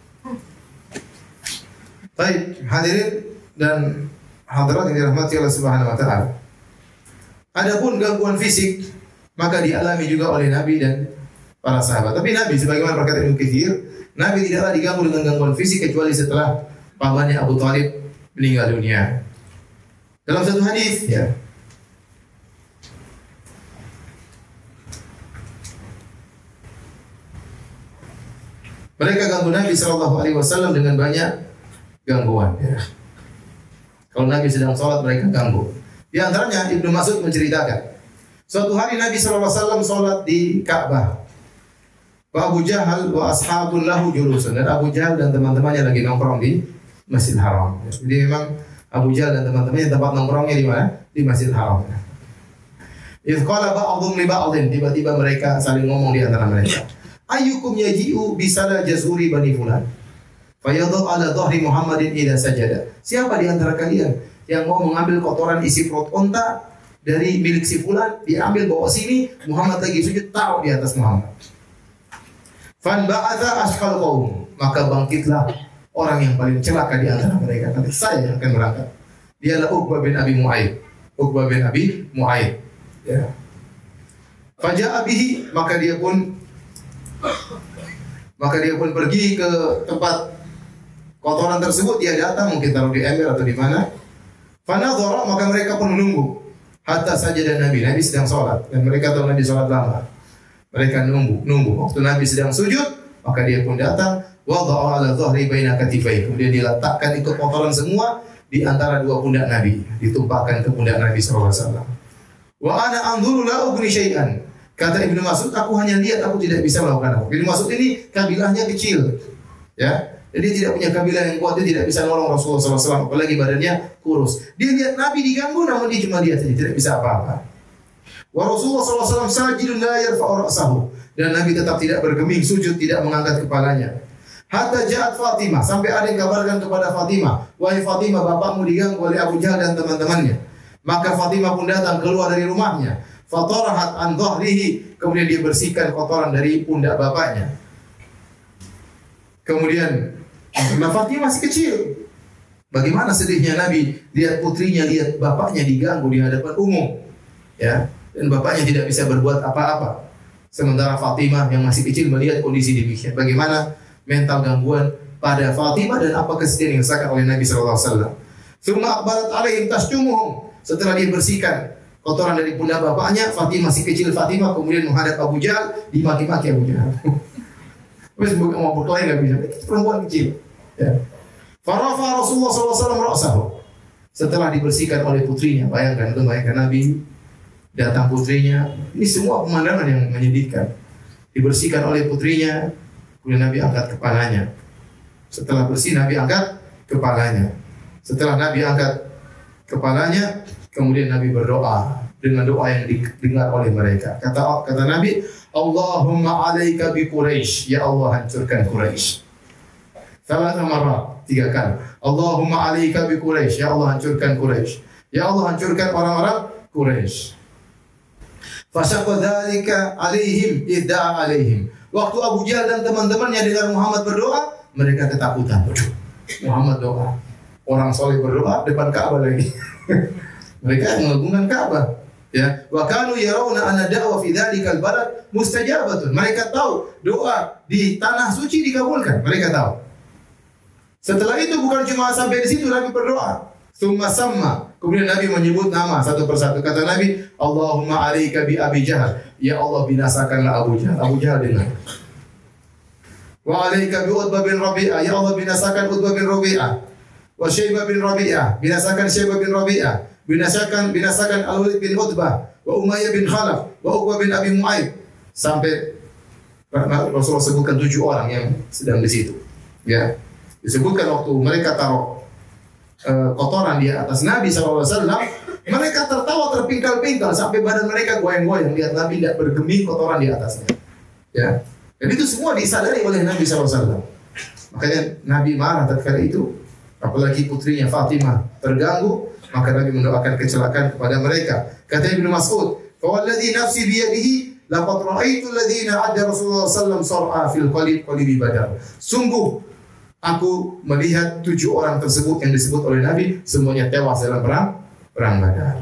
Baik, hadirin dan hadirat yang dirahmati Allah Subhanahu wa taala. Adapun gangguan fisik maka dialami juga oleh Nabi dan para sahabat. Tapi Nabi sebagaimana berkata Ibnu Katsir, Nabi tidaklah diganggu dengan gangguan fisik kecuali setelah pamannya Abu Thalib meninggal dunia. Dalam satu hadis, ya. Mereka ganggu Nabi Shallallahu Alaihi Wasallam dengan banyak gangguan. Ya. Kalau Nabi sedang sholat mereka ganggu. Di antaranya Ibnu Mas'ud menceritakan, suatu hari Nabi Shallallahu Alaihi Wasallam sholat di Ka'bah. Wa Abu Jahal wa ashabul lahu julusun, dan Abu Jahal dan teman-temannya lagi nongkrong di Masjidil Haram. Jadi memang Abu Jahal dan teman-temannya tempat nongkrongnya di mana? Di Masjidil Haram. Idz qala ba'dhum li ba'dhin, tiba-tiba mereka saling ngomong di antara mereka. Ayyukum yaji'u bisala jazuri bani fulan. Fayadhu ala dhahri Muhammadin idza sajada. Siapa di antara kalian yang mau mengambil kotoran isi perut unta dari milik si fulan, diambil bawa sini, Muhammad lagi sujud, taruh di atas Muhammad. Fan ba'atha ashqal qaum, maka bangkitlah orang yang paling celaka di antara mereka. Nanti saya yang akan berangkat. Dialah Uqbah bin Abi Mu'ayyid. Uqbah bin Abi Mu'ayyid. Ya. Faja'a bihi, maka dia pun maka dia pun pergi ke tempat kotoran tersebut. Dia datang, mungkin taruh di ember atau di mana. Fanadhara, maka mereka pun menunggu. Hatta sajadah Nabi, Nabi sedang sholat, dan mereka tahu Nabi sholat lama. Mereka nunggu, nunggu. Waktu Nabi sedang sujud, maka dia pun datang. Wada'a ala dhahri baina katifai. Kemudian diletakkan itu kotoran semua di antara dua pundak Nabi, ditumpahkan ke pundak Nabi sallallahu alaihi wasallam. Wa ana anzuru la ughni syai'an. Kata Ibnu Mas'ud, aku hanya lihat, aku tidak bisa melakukan apa. Ibnu Mas'ud ini kabilahnya kecil, ya. Jadi dia tidak punya kabilah yang kuat, dia tidak bisa nolong Rasulullah sallallahu alaihi wasallam, apalagi badannya kurus. Dia lihat Nabi diganggu, namun dia cuma lihat saja, tidak bisa apa-apa. Wa Rasulullah sallallahu alaihi wasallam sajidun la yarfa'u ra'sahu, dan Nabi tetap tidak bergeming sujud, tidak mengangkat kepalanya. Hatta ja'at Fatimah, sampai ada yang kabarkan kepada Fatimah, wahai Fatimah, bapakmu diganggu oleh Abu Jahal dan teman-temannya. Maka Fatimah pun datang keluar dari rumahnya. Fatarahat an dhahrihi, kemudian dia bersihkan kotoran dari pundak bapaknya. Kemudian karena Fatimah masih kecil, bagaimana sedihnya Nabi lihat putrinya, lihat bapaknya diganggu di hadapan umum, ya, dan bapaknya tidak bisa berbuat apa-apa. Sementara Fatimah yang masih kecil melihat kondisi demikian. Bagaimana mental gangguan pada Fatimah dan apa kesedihan yang dirasakan oleh Nabi sallallahu alaihi wasallam. Tsumma aqbalat alaihim tasjumuhum. Setelah dia bersihkan kotoran dari pundak bapaknya, Fatimah masih kecil, Fatimah kemudian menghadap Abu Jahal, dimaki-maki Abu Jahal. Wes mau berkelahi enggak bisa. Perempuan kecil. Ya. Farafa Rasulullah sallallahu alaihi wasallam ra'sahu. Setelah dibersihkan oleh putrinya, bayangkan itu, bayangkan Nabi datang putrinya. Ini semua pemandangan yang menyedihkan. Dibersihkan oleh putrinya, kemudian Nabi angkat kepalanya. Setelah bersih, Nabi angkat kepalanya. Setelah Nabi angkat kepalanya, kemudian Nabi berdoa dengan doa yang didengar oleh mereka. Kata kata Nabi, Allahumma alaika bi Quraisy, ya Allah hancurkan Quraisy. Salah marah, tiga kali. Allahumma alaika bi Quraisy, ya Allah hancurkan Quraisy. Ya Allah hancurkan orang-orang Quraisy. Fasyaqa dzalika alaihim idda'a alaihim. Waktu Abu Jahal dan teman-temannya dengar Muhammad berdoa, mereka ketakutan. Muhammad doa. Orang soleh berdoa depan Ka'bah lagi. Mereka mengagungkan Ka'bah. Ya, wa kanu yarawna anna da'wa fi dzalikal balad mustajabatun. Mereka tahu doa di tanah suci dikabulkan. Mereka tahu. Setelah itu bukan cuma sampai di situ Nabi berdoa. Tsumma samma. Kemudian Nabi menyebut nama satu persatu. Kata Nabi, Allahumma alaika bi Abi Jahal. Ya Allah binasakanlah Abu Jahal. Abu Jahal dengar. Wa alaika bi Utbah bin Rabi'ah. Ya Allah binasakan Utbah bin Rabi'ah. Wa Syaibah bin Rabi'ah. Binasakan Syaibah bin Rabi'ah. Binasakan binasakan Al-Walid bin Utbah. Wa Umayyah bin Khalaf. Wa Uqbah bin Abi Mu'ayyid. Sampai Rasulullah sebutkan tujuh orang yang sedang di situ. Ya. Disebutkan waktu mereka taruh Uh, kotoran di atas Nabi sallallahu alaihi wasallam, mereka tertawa terpingkal-pingkal sampai badan mereka goyang-goyang lihat Nabi tidak bergeming kotoran di atasnya. Ya. Dan itu semua disadari oleh Nabi sallallahu alaihi wasallam. Makanya Nabi marah tatkala itu, apalagi putrinya Fatimah terganggu, maka Nabi mendoakan kecelakaan kepada mereka. Kata Ibnu Mas'ud, "Fawalladzi nafsi biyadihi laqad ra'aitu alladziina 'adda Rasulullah sallallahu alaihi wasallam sar'a fil qalib qalibi Badar. Sungguh aku melihat tujuh orang tersebut yang disebut oleh Nabi semuanya tewas dalam perang perang Badar.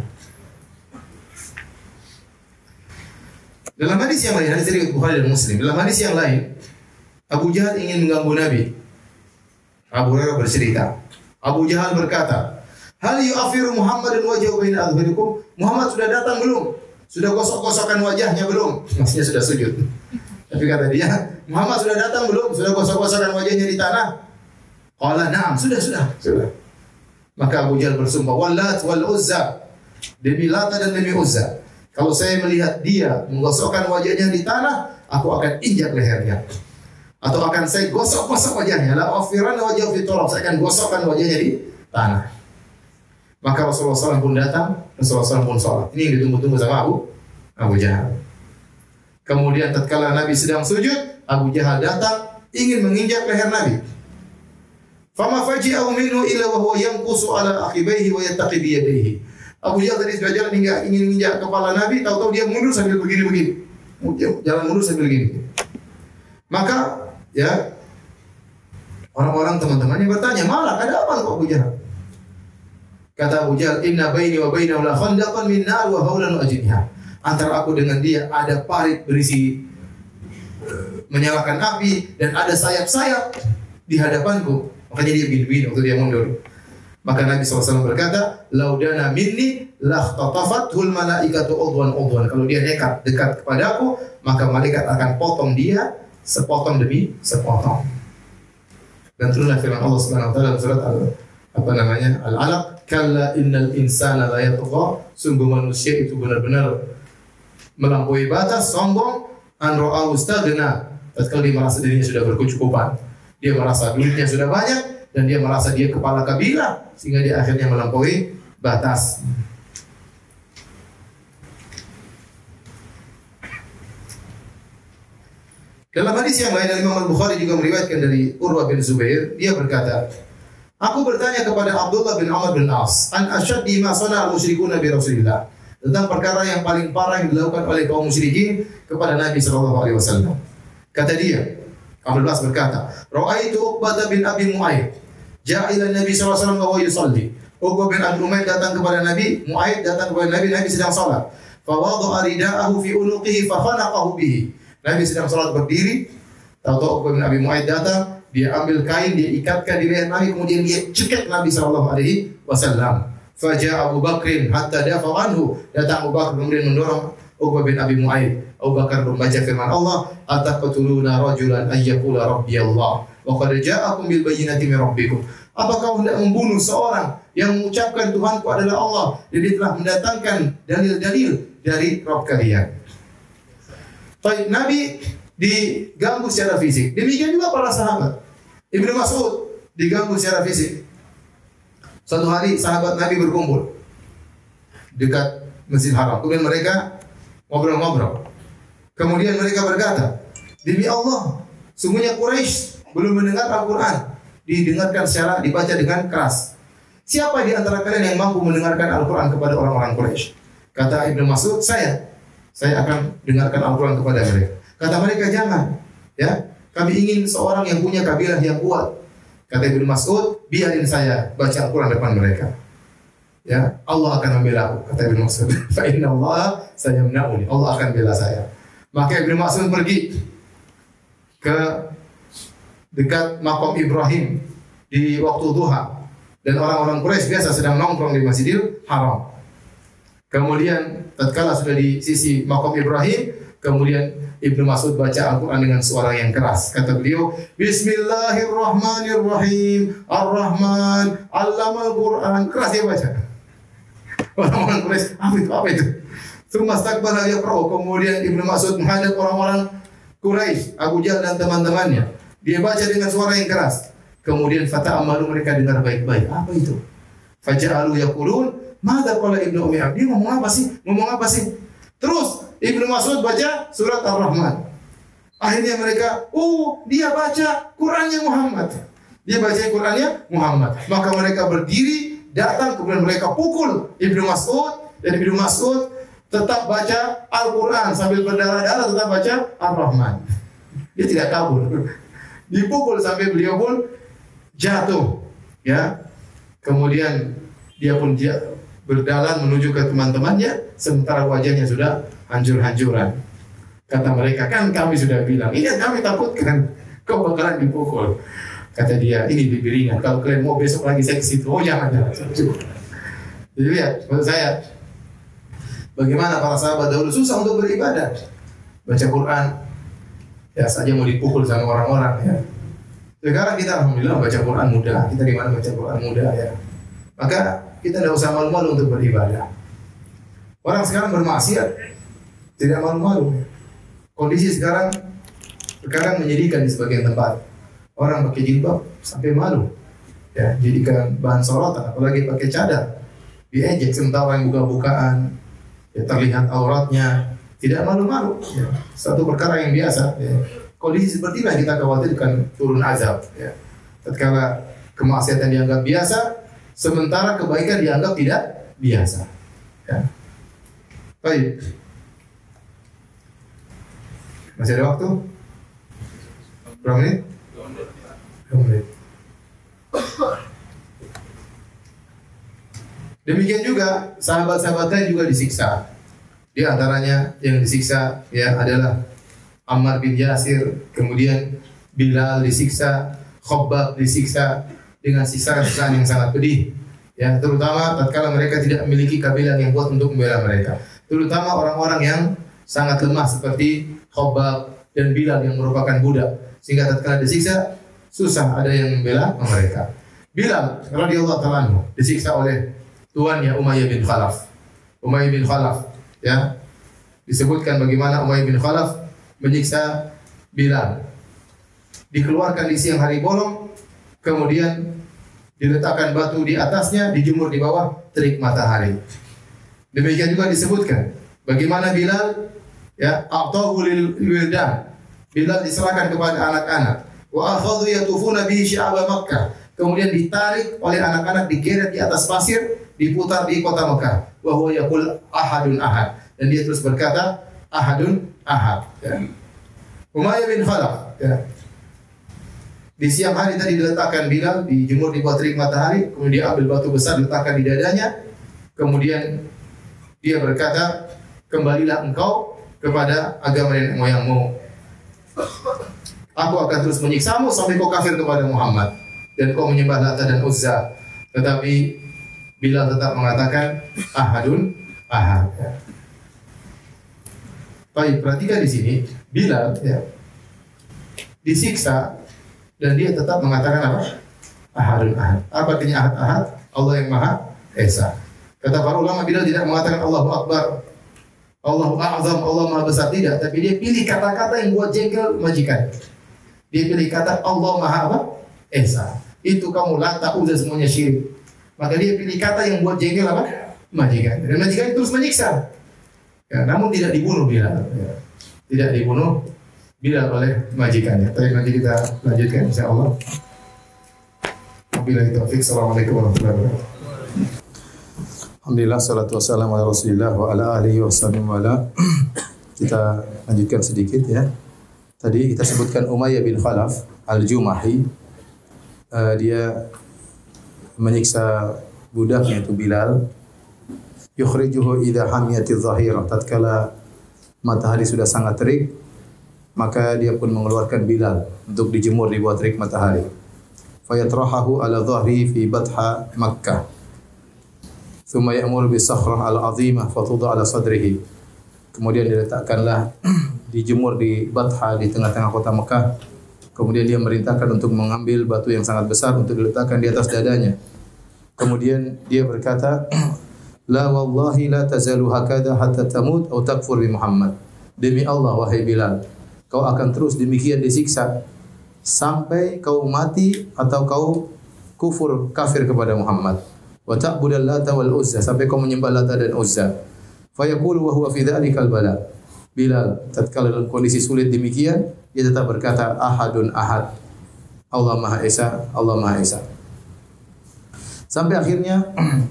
Dalam hadis yang lain, hadis dari Bukhari dan Muslim, dalam hadis yang lain, Abu Jahal ingin mengganggu Nabi. Abu Hurairah bercerita, Abu Jahal berkata, "Hal yu'afiru Muhammadun wajhahu baina adhhurikum?" Muhammad sudah datang belum? Sudah gosok-gosokkan wajahnya belum? Maksudnya sudah sujud. Tapi kata dia, Muhammad sudah datang belum? Sudah gosok-gosokkan wajahnya di tanah? Qala na'am, sudah, sudah, sudah. Maka Abu Jahal bersumpah, "Wallat wal Uzza." Demi Lata dan demi Uzza. Kalau saya melihat dia menggosokkan wajahnya di tanah, aku akan injak lehernya. Atau akan saya gosok-gosok wajahnya. La afiran wajah fi turab. Saya akan gosokkan wajahnya di tanah. Maka Rasulullah shallallahu alaihi wasallam pun datang, Rasulullah shallallahu alaihi wasallam pun sholat. Ini yang ditunggu-tunggu sama Abu Abu Jahal. Kemudian tatkala Nabi sedang sujud, Abu Jahal datang ingin menginjak leher Nabi. Fama faji'ahu minhu illa wa huwa yanqusu ala akhibaihi wa yattaqi bi yadayhi. Abu Jahal tadi sudah jalan hingga ingin menginjak kepala Nabi, tahu-tahu dia mundur sambil begini-begini. Jalan mundur sambil begini. Maka ya orang-orang teman-temannya bertanya, "Malah ada apa kok Abu Jahal?" Kata Abu Jahal, "Inna baini wa bainahu la khandaqan min nar wa hawlan ajniha." Antara aku dengan dia ada parit berisi menyalakan api dan ada sayap-sayap di hadapanku. Makanya dia bin-bin waktu dia mundur. Maka Nabi shallallahu alaihi wasallam berkata, "Laudana minni lahtatafathul malaikatu udwan udwan." Kalau dia nekat dekat kepadaku, maka malaikat akan potong dia sepotong demi sepotong. Dan turunlah firman Allah Subhanahu wa taala dalam surat Al apa namanya? Al-Alaq, "Kalla innal insana la yatgha." Sungguh manusia itu benar-benar melampaui batas, sombong, an ra'ahu istaghna. Tatkala dia merasa dirinya sudah berkecukupan. Dia merasa duitnya sudah banyak dan dia merasa dia kepala kabilah sehingga dia akhirnya melampaui batas. Dalam hadis yang lain, Imam Al-Bukhari juga meriwayatkan dari Urwah bin Zubair, dia berkata, "Aku bertanya kepada Abdullah bin Amr bin As, an asyaddi ma sana'a al-musyrikuna bi Rasulillah." Tentang perkara yang paling parah yang dilakukan oleh kaum musyrikin kepada Nabi sallallahu alaihi wasallam. Kata dia, Abdul Bas berkata, "Ra'aitu Uqbah bin Abi Mu'ayyid ja'a ila Nabi sallallahu alaihi wasallam wa huwa yusalli." Uqbah bin Abi Mu'ayyid datang kepada Nabi, Mu'ayyid datang kepada Nabi, Nabi sedang salat. Fa wada'a rida'ahu fi unuqihi fa khanaqahu bihi. Nabi sedang salat berdiri, tahu-tahu Uqbah bin Abi Mu'ayyid datang, dia ambil kain, dia ikatkan di leher Nabi, kemudian dia cekik Nabi sallallahu alaihi wasallam. Fa ja'a Abu Bakrin hatta dafa'a anhu. Datang Abu Bakar kemudian mendorong Uqbah bin Abi Mu'ayyid. Abu Bakar membaca firman Allah, "Ataqtuluna rajulan ay yaqula rabbi Allah wa qad ja'akum bil bayyinati min rabbikum." Apakah hendak membunuh seorang yang mengucapkan Tuhanku adalah Allah dan dia telah mendatangkan dalil-dalil dari Rabb kalian? Baik, Nabi diganggu secara fisik. Demikian juga para sahabat. Ibnu Mas'ud diganggu secara fisik. Suatu hari sahabat Nabi berkumpul dekat Masjid Haram. Kemudian mereka ngobrol-ngobrol. Kemudian mereka berkata, "Demi Allah, sungguhnya Quraisy belum mendengar Al-Quran. Didengarkan secara dibaca dengan keras. Siapa di antara kalian yang mampu mendengarkan Al-Quran kepada orang-orang Quraisy?" Kata Ibnu Mas'ud, "Saya. Saya akan dengarkan Al-Quran kepada mereka." Kata mereka, "Jangan. Ya, kami ingin seorang yang punya kabilah yang kuat." Kata Ibnu Mas'ud, "Biarin saya baca Al-Quran depan mereka. Ya, Allah akan membela aku." Kata Ibnu Mas'ud, "Fa inna Allah sayamna'uni." Allah akan bela saya. Maka Ibnu Mas'ud pergi ke dekat makam Ibrahim di waktu duha dan orang-orang Quraisy biasa sedang nongkrong di Masjidil Haram. Kemudian tatkala sudah di sisi makam Ibrahim, kemudian Ibnu Mas'ud baca Al-Quran dengan suara yang keras. Kata beliau, "Bismillahirrahmanirrahim. Ar-Rahman 'allamal Qur'an." Keras dia baca. Orang-orang Quraisy, apa itu? Apa itu? Tsumma istaqbala yaqra'u. Kemudian Ibnu Mas'ud menghadap orang-orang Quraisy, Abu Jahal dan teman-temannya. Dia baca dengan suara yang keras. Kemudian fata'amalu, mereka dengar baik-baik. Apa itu? Faja'alu yaqulun, "Madza qala Ibnu Ummi Abd?" Dia ngomong apa sih? Ngomong apa sih? Terus Ibnu Mas'ud baca surat Ar-Rahman. Akhirnya mereka, "Oh, dia baca Qur'annya Muhammad." Dia baca Qur'annya Muhammad. Maka mereka berdiri, datang, kemudian mereka pukul Ibnu Mas'ud, dan Ibnu Mas'ud tetap baca Al-Quran sambil berdarah-darah, tetap baca Ar-Rahman. Dia tidak kabur. Dipukul sampai beliau pun jatuh, ya. Kemudian dia pun dia berjalan menuju ke teman-temannya, sementara wajahnya sudah hancur-hancuran. Kata mereka, kan kami sudah bilang, ini kami takutkan kau bakalan dipukul. Kata dia, ini lebih ringan. Kalau kalian mau besok lagi saya ke situ, oh jangan, jangan. Jadi lihat, menurut saya, bagaimana para sahabat dahulu susah untuk beribadah, baca Quran, ya saja mau dipukul sama orang-orang. Ya. Sekarang kita alhamdulillah baca Quran mudah. Kita di mana baca Quran mudah ya. Maka kita tidak usah malu-malu untuk beribadah. Orang sekarang bermaksiat tidak malu-malu. Kondisi sekarang sekarang menyedihkan di sebagian tempat. Orang pakai jilbab sampai malu. Ya, jadikan bahan sorotan, apalagi pakai cadar. Diejek sementara yang buka-bukaan, ya, terlihat auratnya, tidak malu-malu. Ya. Satu perkara yang biasa. Ya. Kondisi seperti ini kita khawatirkan turun azab. Ya. Tatkala kemaksiatan dianggap biasa, sementara kebaikan dianggap tidak biasa. Ya. Baik. Masih ada waktu? Berapa menit? Berapa menit? Demikian juga sahabat-sahabatnya juga disiksa. Di antaranya yang disiksa ya adalah Ammar bin Yasir, kemudian Bilal disiksa, Khabbab disiksa dengan siksaan-siksaan yang sangat pedih. Ya, terutama tatkala mereka tidak memiliki kabilah yang kuat untuk membela mereka. Terutama orang-orang yang sangat lemah seperti Khabbab dan Bilal yang merupakan budak. Sehingga tatkala disiksa susah ada yang membela mereka. Bilal radhiyallahu ta'ala anhu disiksa oleh tuannya Umayyah bin Khalaf. Umayyah bin Khalaf ya. Disebutkan bagaimana Umayyah bin Khalaf menyiksa Bilal. Dikeluarkan di siang hari bolong, kemudian diletakkan batu di atasnya, dijemur di bawah terik matahari. Demikian juga disebutkan bagaimana Bilal ya a'tahu lil wildan. Bilal diserahkan kepada anak-anak. Wa akhadhu yatufuna bihi sya'aba Makkah. Kemudian ditarik oleh anak-anak, digeret di atas pasir, diputar di kota Mekah. Wa huwa yaqul ahadun ahad. Dan dia terus berkata ahadun ahad. Ya. Umayyah bin Khalaf. Ya. Di siang hari tadi diletakkan Bilal, dijemur di bawah terik matahari, kemudian dia ambil batu besar diletakkan di dadanya. Kemudian dia berkata, kembalilah engkau kepada agama nenek moyangmu. Aku akan terus menyiksamu sampai kau kafir kepada Muhammad dan kau menyembah Lata dan Uzza. Tetapi Bilal tetap mengatakan ahadun ahad. Ya. Baik, perhatikan di sini Bilal ya, disiksa dan dia tetap mengatakan apa? Ahadun ahad. Apa artinya ahad ahad? Allah yang Maha Esa. Kata para ulama, Bilal tidak mengatakan Allahu Akbar, Allahu A'zam, Allah Maha Besar, tidak. Tapi dia pilih kata-kata yang buat jengkel majikan. Dia pilih kata Allah Maha apa? Esa. Itu kamu Lata, Uzza semuanya syirik. Maka dia pilih kata yang buat jengkel apa? Majikan. Dan majikan terus menyiksa. Ya, namun tidak dibunuh Bilal. Ya. Tidak dibunuh Bilal oleh majikannya. Tapi nanti kita lanjutkan insyaallah. Wabillahi taufik. Assalamualaikum warahmatullahi wabarakatuh. Alhamdulillah, salatu wassalamu ala Rasulillah wa ala alihi wa sallam. Kita lanjutkan sedikit ya. Tadi kita sebutkan Umayyah bin Khalaf Al-Jumahi. Uh, dia menyiksa budaknya itu Bilal. Yukhrijuhu idza hamiyatiz zahirah. Tatkala matahari sudah sangat terik, maka dia pun mengeluarkan Bilal untuk dijemur di bawah terik matahari. Fayatrahahu ala dhahri fi batha Makkah. Thumma ya'muru bi sakhrah al-'azimah fatudha ala sadrihi. Kemudian diletakkanlah dijemur di Batha di tengah-tengah kota Mekah. Kemudian dia merintahkan untuk mengambil batu yang sangat besar untuk diletakkan di atas dadanya. Kemudian dia berkata, la wallahi la tazalu hakada hatta tamut atau takfur bi Muhammad. Demi Allah wahai Bilal, kau akan terus demikian disiksa sampai kau mati atau kau kufur kafir kepada Muhammad. Wa ta'budal Lata wal Uzza, sampai kau menyembah Lata dan Uzza. Fa yaqulu wa huwa fi dzalikal bala. Bilal tatkala dalam kondisi sulit demikian, dia tetap berkata ahadun ahad. Allah Maha Esa, Allah Maha Esa. Sampai akhirnya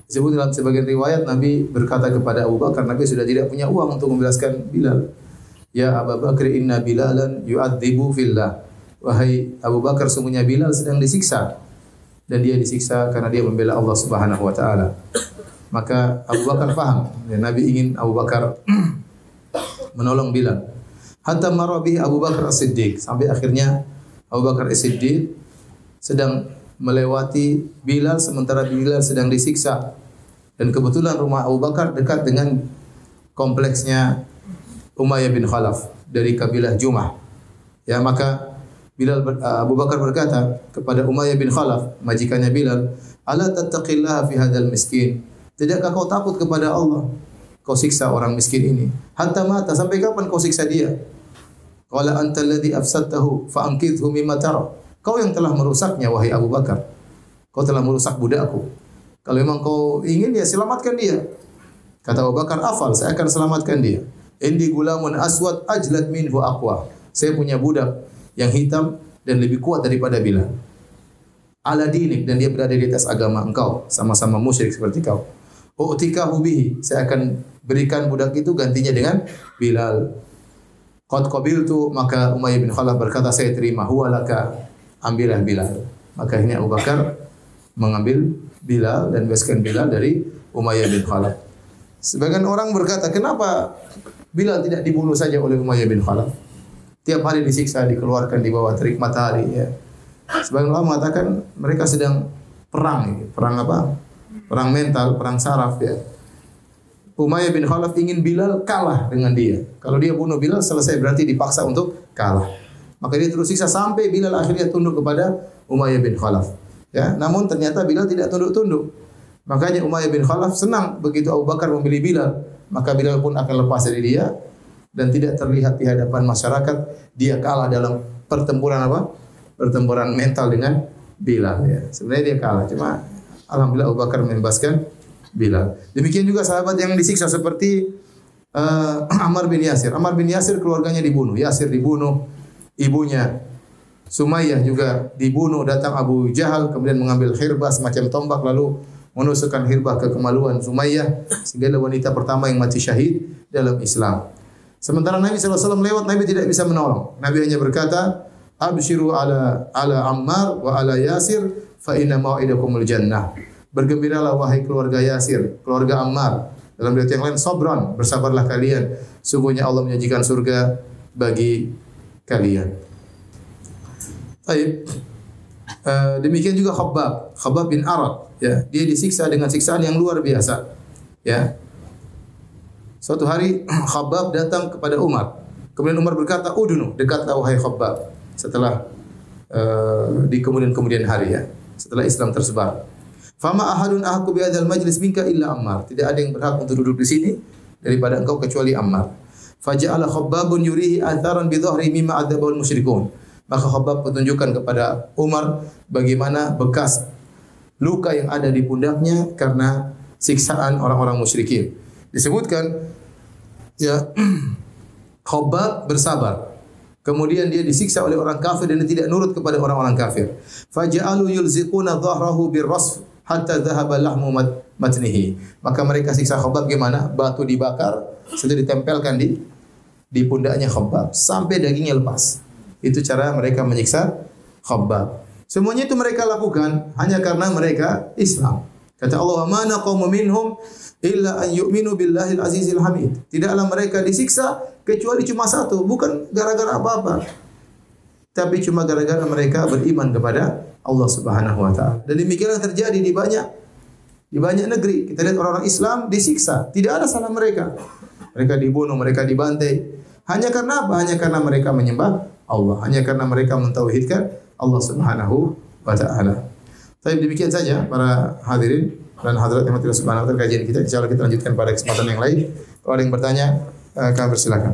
Disebut dalam sebagian riwayat Nabi berkata kepada Abu Bakar, Nabi sudah tidak punya uang untuk membebaskan Bilal. Ya Abu Bakar, inna Bilalan yu'adzibu fillah. Wahai Abu Bakar, sungguhnya Bilal sedang disiksa. Dan dia disiksa karena dia membela Allah Subhanahu wa taala. Maka Abu Bakar paham, ya, Nabi ingin Abu Bakar menolong Bilal. Hatta marabi Abu Bakar As-Siddiq, sampai akhirnya Abu Bakar As-Siddiq sedang melewati Bilal sementara Bilal sedang disiksa. Dan kebetulan rumah Abu Bakar dekat dengan kompleksnya Umayyah bin Khalaf dari kabilah Jumah. Ya, maka Bilal Abu Bakar berkata kepada Umayyah bin Khalaf, majikannya Bilal, "Ala tattaqillaha fi hadzal miskin?" Tidakkah kau takut kepada Allah? Kau siksa orang miskin ini. Hatta mata, sampai kapan kau siksa dia? Qala anta alladhi afsadtahu fa anqidhhu mimma tara. Kau yang telah merusaknya, wahai Abu Bakar. Kau telah merusak budakku. Kalau memang kau ingin dia, selamatkan dia. Kata Abu Bakar, afal, saya akan selamatkan dia. Indi gulamun aswad ajlad minhu aqwa. Saya punya budak yang hitam dan lebih kuat daripada Bilal. Ala dinik, dan dia berada di atas agama engkau, sama-sama musyrik seperti kau. U'tikahu bihi, saya akan berikan budak itu gantinya dengan Bilal. Qad qabiltu, maka Umayyah bin Khalaf berkata, saya terima. Huwa laka, ambillah Bilal. Maka ini Abu Bakar mengambil Bilal dan bebaskan Bilal dari Umayyah bin Khalaf. Sebagian orang berkata, kenapa Bilal tidak dibunuh saja oleh Umayyah bin Khalaf? Tiap hari disiksa, dikeluarkan di bawah terik matahari. Ya. Sebagian orang mengatakan mereka sedang perang. Perang apa? Perang mental, perang saraf. Ya. Umayyah bin Khalaf ingin Bilal kalah dengan dia. Kalau dia bunuh Bilal, selesai, berarti dipaksa untuk kalah. Maka dia terus siksa sampai Bilal akhirnya tunduk kepada Umayyah bin Khalaf. Ya, namun ternyata Bilal tidak tunduk-tunduk. Makanya Umayyah bin Khalaf senang begitu Abu Bakar memilih Bilal, maka Bilal pun akan lepas dari dia dan tidak terlihat di hadapan masyarakat dia kalah dalam pertempuran apa? Pertempuran mental dengan Bilal. Ya. Sebenarnya dia kalah, cuma alhamdulillah Abu Bakar membebaskan Bilal. Demikian juga sahabat yang disiksa seperti uh, Ammar bin Yasir. Ammar bin Yasir keluarganya dibunuh, Yasir dibunuh, ibunya Sumayyah juga dibunuh. Datang Abu Jahal kemudian mengambil khirbah semacam tombak lalu menusukkan khirbah ke kemaluan Sumayyah sehingga adalah wanita pertama yang mati syahid dalam Islam. Sementara Nabi sallallahu alaihi wasallam lewat, Nabi tidak bisa menolong. Nabi hanya berkata, "Abshiru ala ala Ammar wa ala Yasir fa inna mau'idakumul jannah." Bergembiralah wahai keluarga Yasir, keluarga Ammar. Dalam riwayat yang lain, sabran, bersabarlah kalian. Sungguhnya Allah menjanjikan surga bagi kalian. Baik. Uh, demikian juga Khabbab, Khabbab bin Arad, ya, dia disiksa dengan siksaan yang luar biasa. Ya. Suatu hari Khabbab datang kepada Umar. Kemudian Umar berkata, "Udunu, dekatlah wahai Khabbab." Setelah uh, di kemudian-kemudian hari, ya, setelah Islam tersebar. Fama ahadun ahqqu bi hadzal majlis minka illa Ammar. Tidak ada yang berhak untuk duduk di sini daripada engkau kecuali Ammar. Faja'ala Khabbabun yurihi atharan bi dhahri mimma adzabul musyrikun. Maka Khabbab menunjukkan kepada Umar bagaimana bekas luka yang ada di pundaknya karena siksaan orang-orang musyrikin. Disebutkan, ya, Khabbab bersabar. Kemudian dia disiksa oleh orang kafir dan dia tidak nurut kepada orang-orang kafir. Faja'alu yulziquna dhahrahu birrasf hatta dhahaba lahmu matnihi. Maka mereka siksa Khabbab gimana? Batu dibakar, sudah ditempelkan di di pundaknya Khabbab sampai dagingnya lepas. Itu cara mereka menyiksa Khabbab. Semuanya itu mereka lakukan hanya karena mereka Islam. Kata Allah, "Ma naqamu minhum illa an yu'minu billahil azizil hamid." Tidaklah mereka disiksa kecuali cuma satu, bukan gara-gara apa-apa. Tapi cuma gara-gara mereka beriman kepada Allah Subhanahu wa taala. Dan demikianlah terjadi di banyak di banyak negeri. Kita lihat orang-orang Islam disiksa, tidak ada salah mereka. Mereka dibunuh, mereka dibantai. Hanya karena apa? Hanya karena mereka menyembah Allah, hanya karena mereka mentauhidkan Allah Subhanahu wa taala. Tapi demikian saja para hadirin dan hadirat yang Allah Subhanahu wa taala, kajian kita. Insyaallah kita lanjutkan pada kesempatan yang lain. Kalau ada yang bertanya, kami persilakan.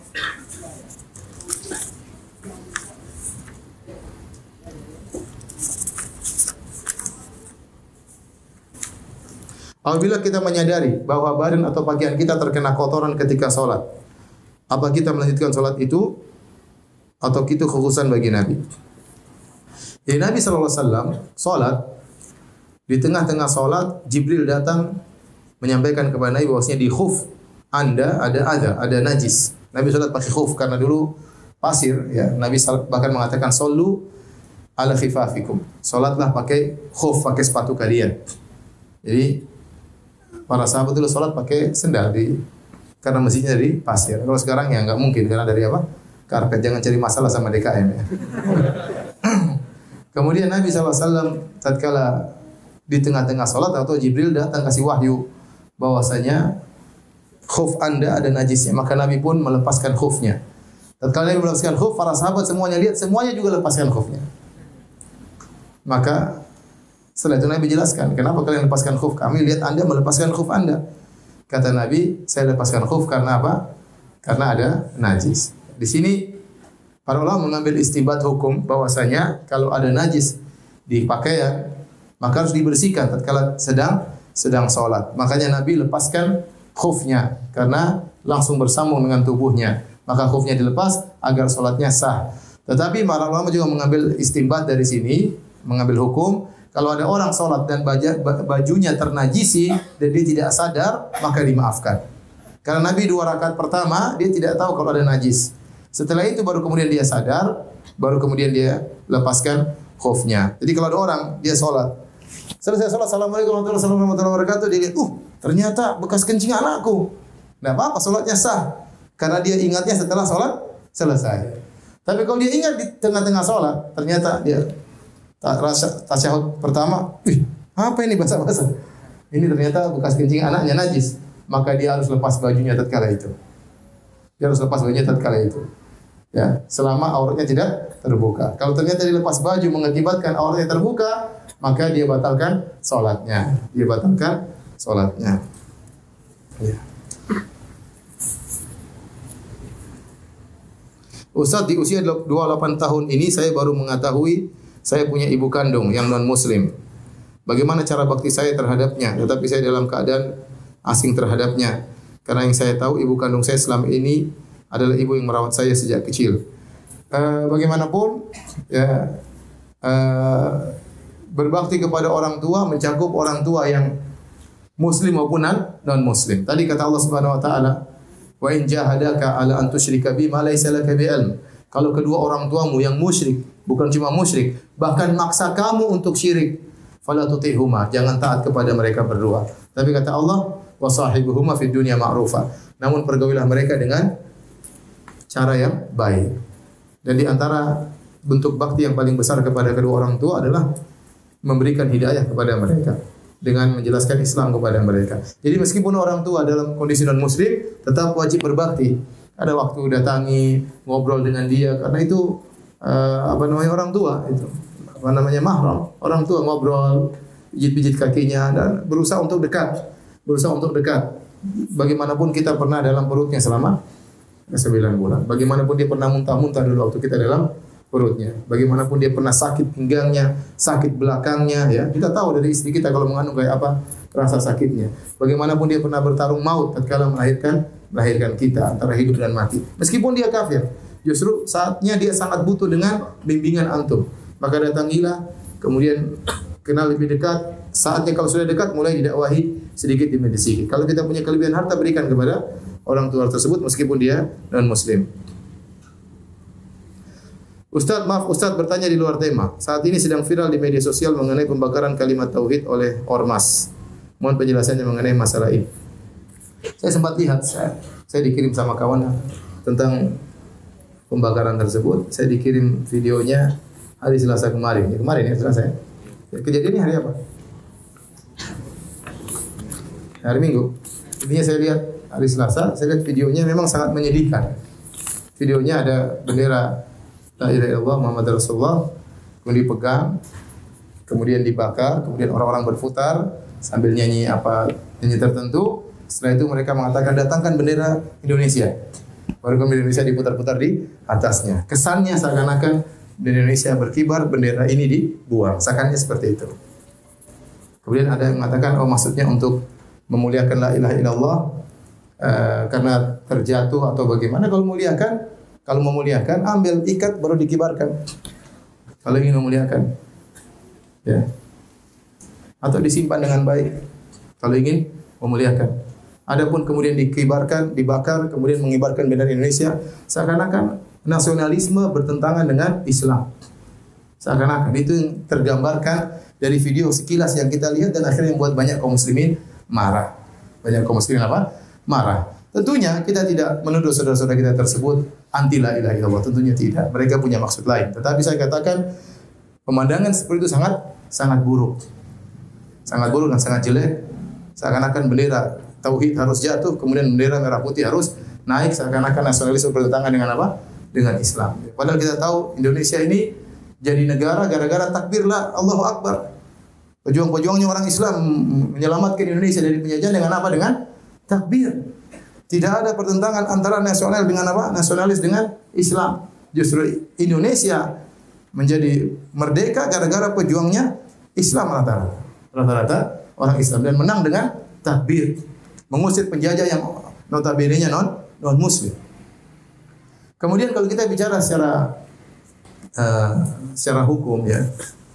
Apabila kita menyadari bahwa badan atau pakaian kita terkena kotoran ketika sholat, apa kita melanjutkan sholat itu atau itu kekhususan bagi Nabi? Jadi Nabi sallallahu alaihi wasallam sholat Di tengah-tengah salat Jibril datang menyampaikan kepada Nabi bahwasanya di khuf Anda ada ada ada najis. Nabi salat pakai khuf karena dulu pasir ya. Nabi bahkan mengatakan sallu ala khifafikum. Salatlah pakai khuf, pakai sepatu kalian. Jadi para sahabat dulu salat pakai sendal di karena masjidnya dari pasir. Kalau sekarang ya enggak mungkin karena dari apa? Karpet. Jangan cari masalah sama D K M ya. Kemudian Nabi shallallahu alaihi wasallam tatkala di tengah-tengah salat atau Jibril datang kasih wahyu bahwasanya khuf Anda ada najisnya, maka Nabi pun melepaskan khufnya. Tatkala Nabi melepaskan khuf, para sahabat semuanya lihat, semuanya juga lepaskan khufnya. Maka setelah itu Nabi jelaskan, kenapa kalian lepaskan khuf? Kami lihat Anda melepaskan khuf Anda. Kata Nabi, saya lepaskan khuf karena apa? Karena ada najis. Di sini para ulama mengambil istinbat hukum bahwasanya kalau ada najis di pakaian maka harus dibersihkan tatkala sedang sedang salat. Makanya Nabi lepaskan khufnya karena langsung bersambung dengan tubuhnya. Maka khufnya dilepas agar salatnya sah. Tetapi para ulama juga mengambil istinbat dari sini, mengambil hukum kalau ada orang salat dan bajunya ternajisi dan dia tidak sadar, maka dimaafkan. Karena Nabi dua rakaat pertama dia tidak tahu kalau ada najis. Setelah itu baru kemudian dia sadar, baru kemudian dia lepaskan khufnya. Jadi kalau ada orang dia salat, selesai salat, assalamualaikum warahmatullahi wabarakatuh, dia lihat, uh ternyata bekas kencing anakku. Tidak apa-apa, salatnya sah. Karena dia ingatnya setelah salat selesai. Tapi kalau dia ingat di tengah-tengah salat, ternyata dia rasa tasyahud pertama, wih, apa ini basah-basah? Ini ternyata bekas kencing anaknya najis. Maka dia harus lepas bajunya tatkala itu. Dia harus lepas bajunya tatkala itu. Ya, selama auratnya tidak terbuka. Kalau ternyata dilepas baju mengakibatkan auratnya terbuka, maka dia batalkan salatnya. Dia batalkan salatnya. Ya. Ustaz, di usia dua puluh delapan tahun ini saya baru mengetahui saya punya ibu kandung yang non muslim. Bagaimana cara bakti saya terhadapnya? Tetapi saya dalam keadaan asing terhadapnya. Karena yang saya tahu ibu kandung saya selama ini adalah ibu yang merawat saya sejak kecil. Uh, bagaimanapun ya uh, berbakti kepada orang tua mencakup orang tua yang muslim maupun non muslim. Tadi kata Allah Subhanahu wa taala, "Wa in jahadaka 'ala an tusyrika bi ma laysa laka bi ilm." Kalau kedua orang tuamu yang musyrik, bukan cuma musyrik, bahkan maksa kamu untuk syirik, fala tuti'huma, jangan taat kepada mereka berdua. Tapi kata Allah, "Wa sahibuhuma fid dunya ma'rufa." Namun pergaulilah mereka dengan cara yang baik. Dan di antara bentuk bakti yang paling besar kepada kedua orang tua adalah memberikan hidayah kepada mereka dengan menjelaskan Islam kepada mereka. Jadi meskipun orang tua dalam kondisi non muslim tetap wajib berbakti. Ada waktu datangi, ngobrol dengan dia karena itu uh, apa namanya orang tua itu. Apa namanya mahram. Orang tua ngobrol, pijit-pijit kakinya dan berusaha untuk dekat. Berusaha untuk dekat. Bagaimanapun kita pernah dalam perutnya selama sembilan bulan. Bagaimanapun dia pernah muntah-muntah dulu waktu kita dalam perutnya. Bagaimanapun dia pernah sakit pinggangnya, sakit belakangnya, ya. Kita tahu dari istri kita kalau mengandung kayak apa rasa sakitnya. Bagaimanapun dia pernah bertarung maut tatkala melahirkan melahirkan kita antara hidup dan mati. Meskipun dia kafir, justru saatnya dia sangat butuh dengan bimbingan antum. Maka datangilah, kemudian kenal lebih dekat. Saatnya kalau sudah dekat mulai didakwahi sedikit demi sedikit. Kalau kita punya kelebihan harta berikan kepada orang tua tersebut meskipun dia non muslim. Ustaz, maaf Ustaz bertanya di luar tema. Saat ini sedang viral di media sosial mengenai pembakaran kalimat tauhid oleh ormas. Mohon penjelasannya mengenai masalah ini. Saya sempat lihat, saya, saya dikirim sama kawan tentang pembakaran tersebut. Saya dikirim videonya hari Selasa kemarin. Ya, kemarin ya Selasa ya. Kejadiannya hari apa? Hari Minggu. Intinya saya lihat hari Selasa, saya lihat videonya memang sangat menyedihkan. Videonya ada bendera La ilaha illallah Muhammad Rasulullah, kemudian dipegang, kemudian dibakar, kemudian orang-orang berputar sambil nyanyi apa nyanyi tertentu. Setelah itu mereka mengatakan datangkan bendera Indonesia. Baru kemudian Indonesia diputar-putar di atasnya. Kesannya seakan-akan bendera Indonesia berkibar, bendera ini dibuang. Seakannya seperti itu. Kemudian ada yang mengatakan oh maksudnya untuk memuliakan la ilaha illallah uh, karena terjatuh atau bagaimana. Kalau memuliakan, kalau memuliakan ambil ikat baru dikibarkan. Kalau ingin memuliakan, ya. atau disimpan dengan baik kalau ingin memuliakan. Adapun kemudian dikibarkan, dibakar, kemudian mengibarkan bendera Indonesia, seakan-akan nasionalisme bertentangan dengan Islam. Seakan-akan itu yang tergambarkan dari video sekilas yang kita lihat dan akhirnya membuat banyak kaum muslimin marah. Banyak kaum muslimin apa? Marah. Tentunya kita tidak menuduh saudara-saudara kita tersebut anti la ilaha illallah, tentunya tidak. Mereka punya maksud lain. Tetapi saya katakan pemandangan seperti itu sangat sangat buruk. Sangat buruk dan sangat jelek. Seakan-akan bendera tauhid harus jatuh, kemudian bendera merah putih harus naik, seakan-akan nasionalisme bertentangan dengan apa? Dengan Islam. Padahal kita tahu Indonesia ini jadi negara gara-gara takbirlah Allahu Akbar. Pejuang-pejuangnya orang Islam menyelamatkan Indonesia dari penjajahan dengan apa? Dengan takbir. Tidak ada pertentangan antara nasional dengan apa? Nasionalis dengan Islam. Justru Indonesia menjadi merdeka gara-gara pejuangnya Islam rata-rata. Rata-rata orang Islam dan menang dengan takbir. Mengusir penjajah yang notabene-nya non non muslim. Kemudian kalau kita bicara secara uh, secara hukum ya,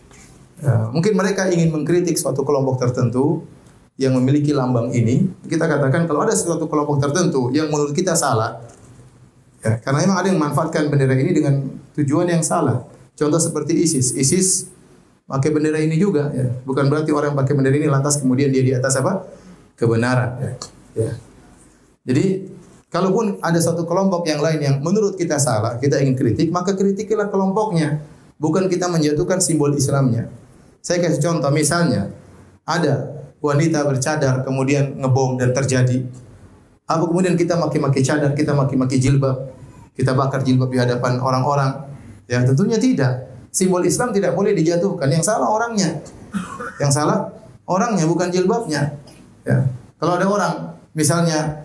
uh, mungkin mereka ingin mengkritik suatu kelompok tertentu yang memiliki lambang ini. Kita katakan kalau ada suatu kelompok tertentu yang menurut kita salah, ya, karena memang ada yang memanfaatkan bendera ini dengan tujuan yang salah. Contoh seperti ISIS, ISIS pakai bendera ini juga, ya. Bukan berarti orang yang pakai bendera ini lantas kemudian dia di atas apa? Kebenaran. Ya. Ya. Jadi, kalaupun ada satu kelompok yang lain yang menurut kita salah, kita ingin kritik, maka kritikilah kelompoknya. Bukan kita menjatuhkan simbol Islamnya. Saya kasih contoh, misalnya, ada wanita bercadar, kemudian ngebom dan terjadi. Apa kemudian kita maki-maki cadar, kita maki-maki jilbab, kita bakar jilbab di hadapan orang-orang? Ya, tentunya tidak. Simbol Islam tidak boleh dijatuhkan. Yang salah orangnya. Yang salah orangnya, bukan jilbabnya. Ya. Kalau ada orang, misalnya,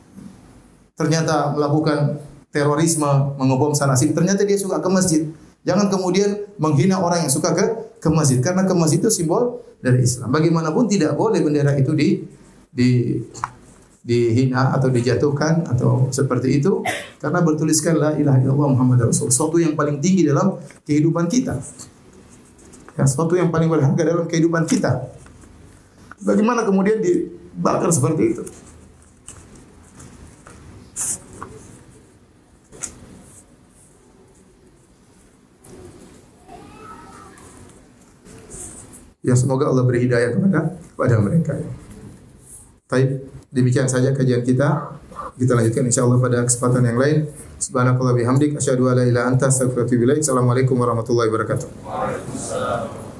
ternyata melakukan terorisme, mengebom sana sini, ternyata dia suka ke masjid. Jangan kemudian menghina orang yang suka ke ke masjid, karena ke masjid itu simbol dari Islam. Bagaimanapun tidak boleh bendera itu di di dihina atau dijatuhkan atau seperti itu, karena bertuliskan la ilaha illallah Muhammad Rasul, sesuatu yang paling tinggi dalam kehidupan kita. Ya, sesuatu yang paling berharga dalam kehidupan kita. Bagaimana kemudian dibakar seperti itu? Ya, semoga Allah beri hidayah kepada kepada mereka. Baik, demikian saja kajian kita. Kita lanjutkan insyaallah pada kesempatan yang lain. Subhanakallah bihamdik asyhadu an la ilaha illa anta astaghfiruka wa atubu ilaik. Assalamualaikum warahmatullahi wabarakatuh. Waalaikumsalam.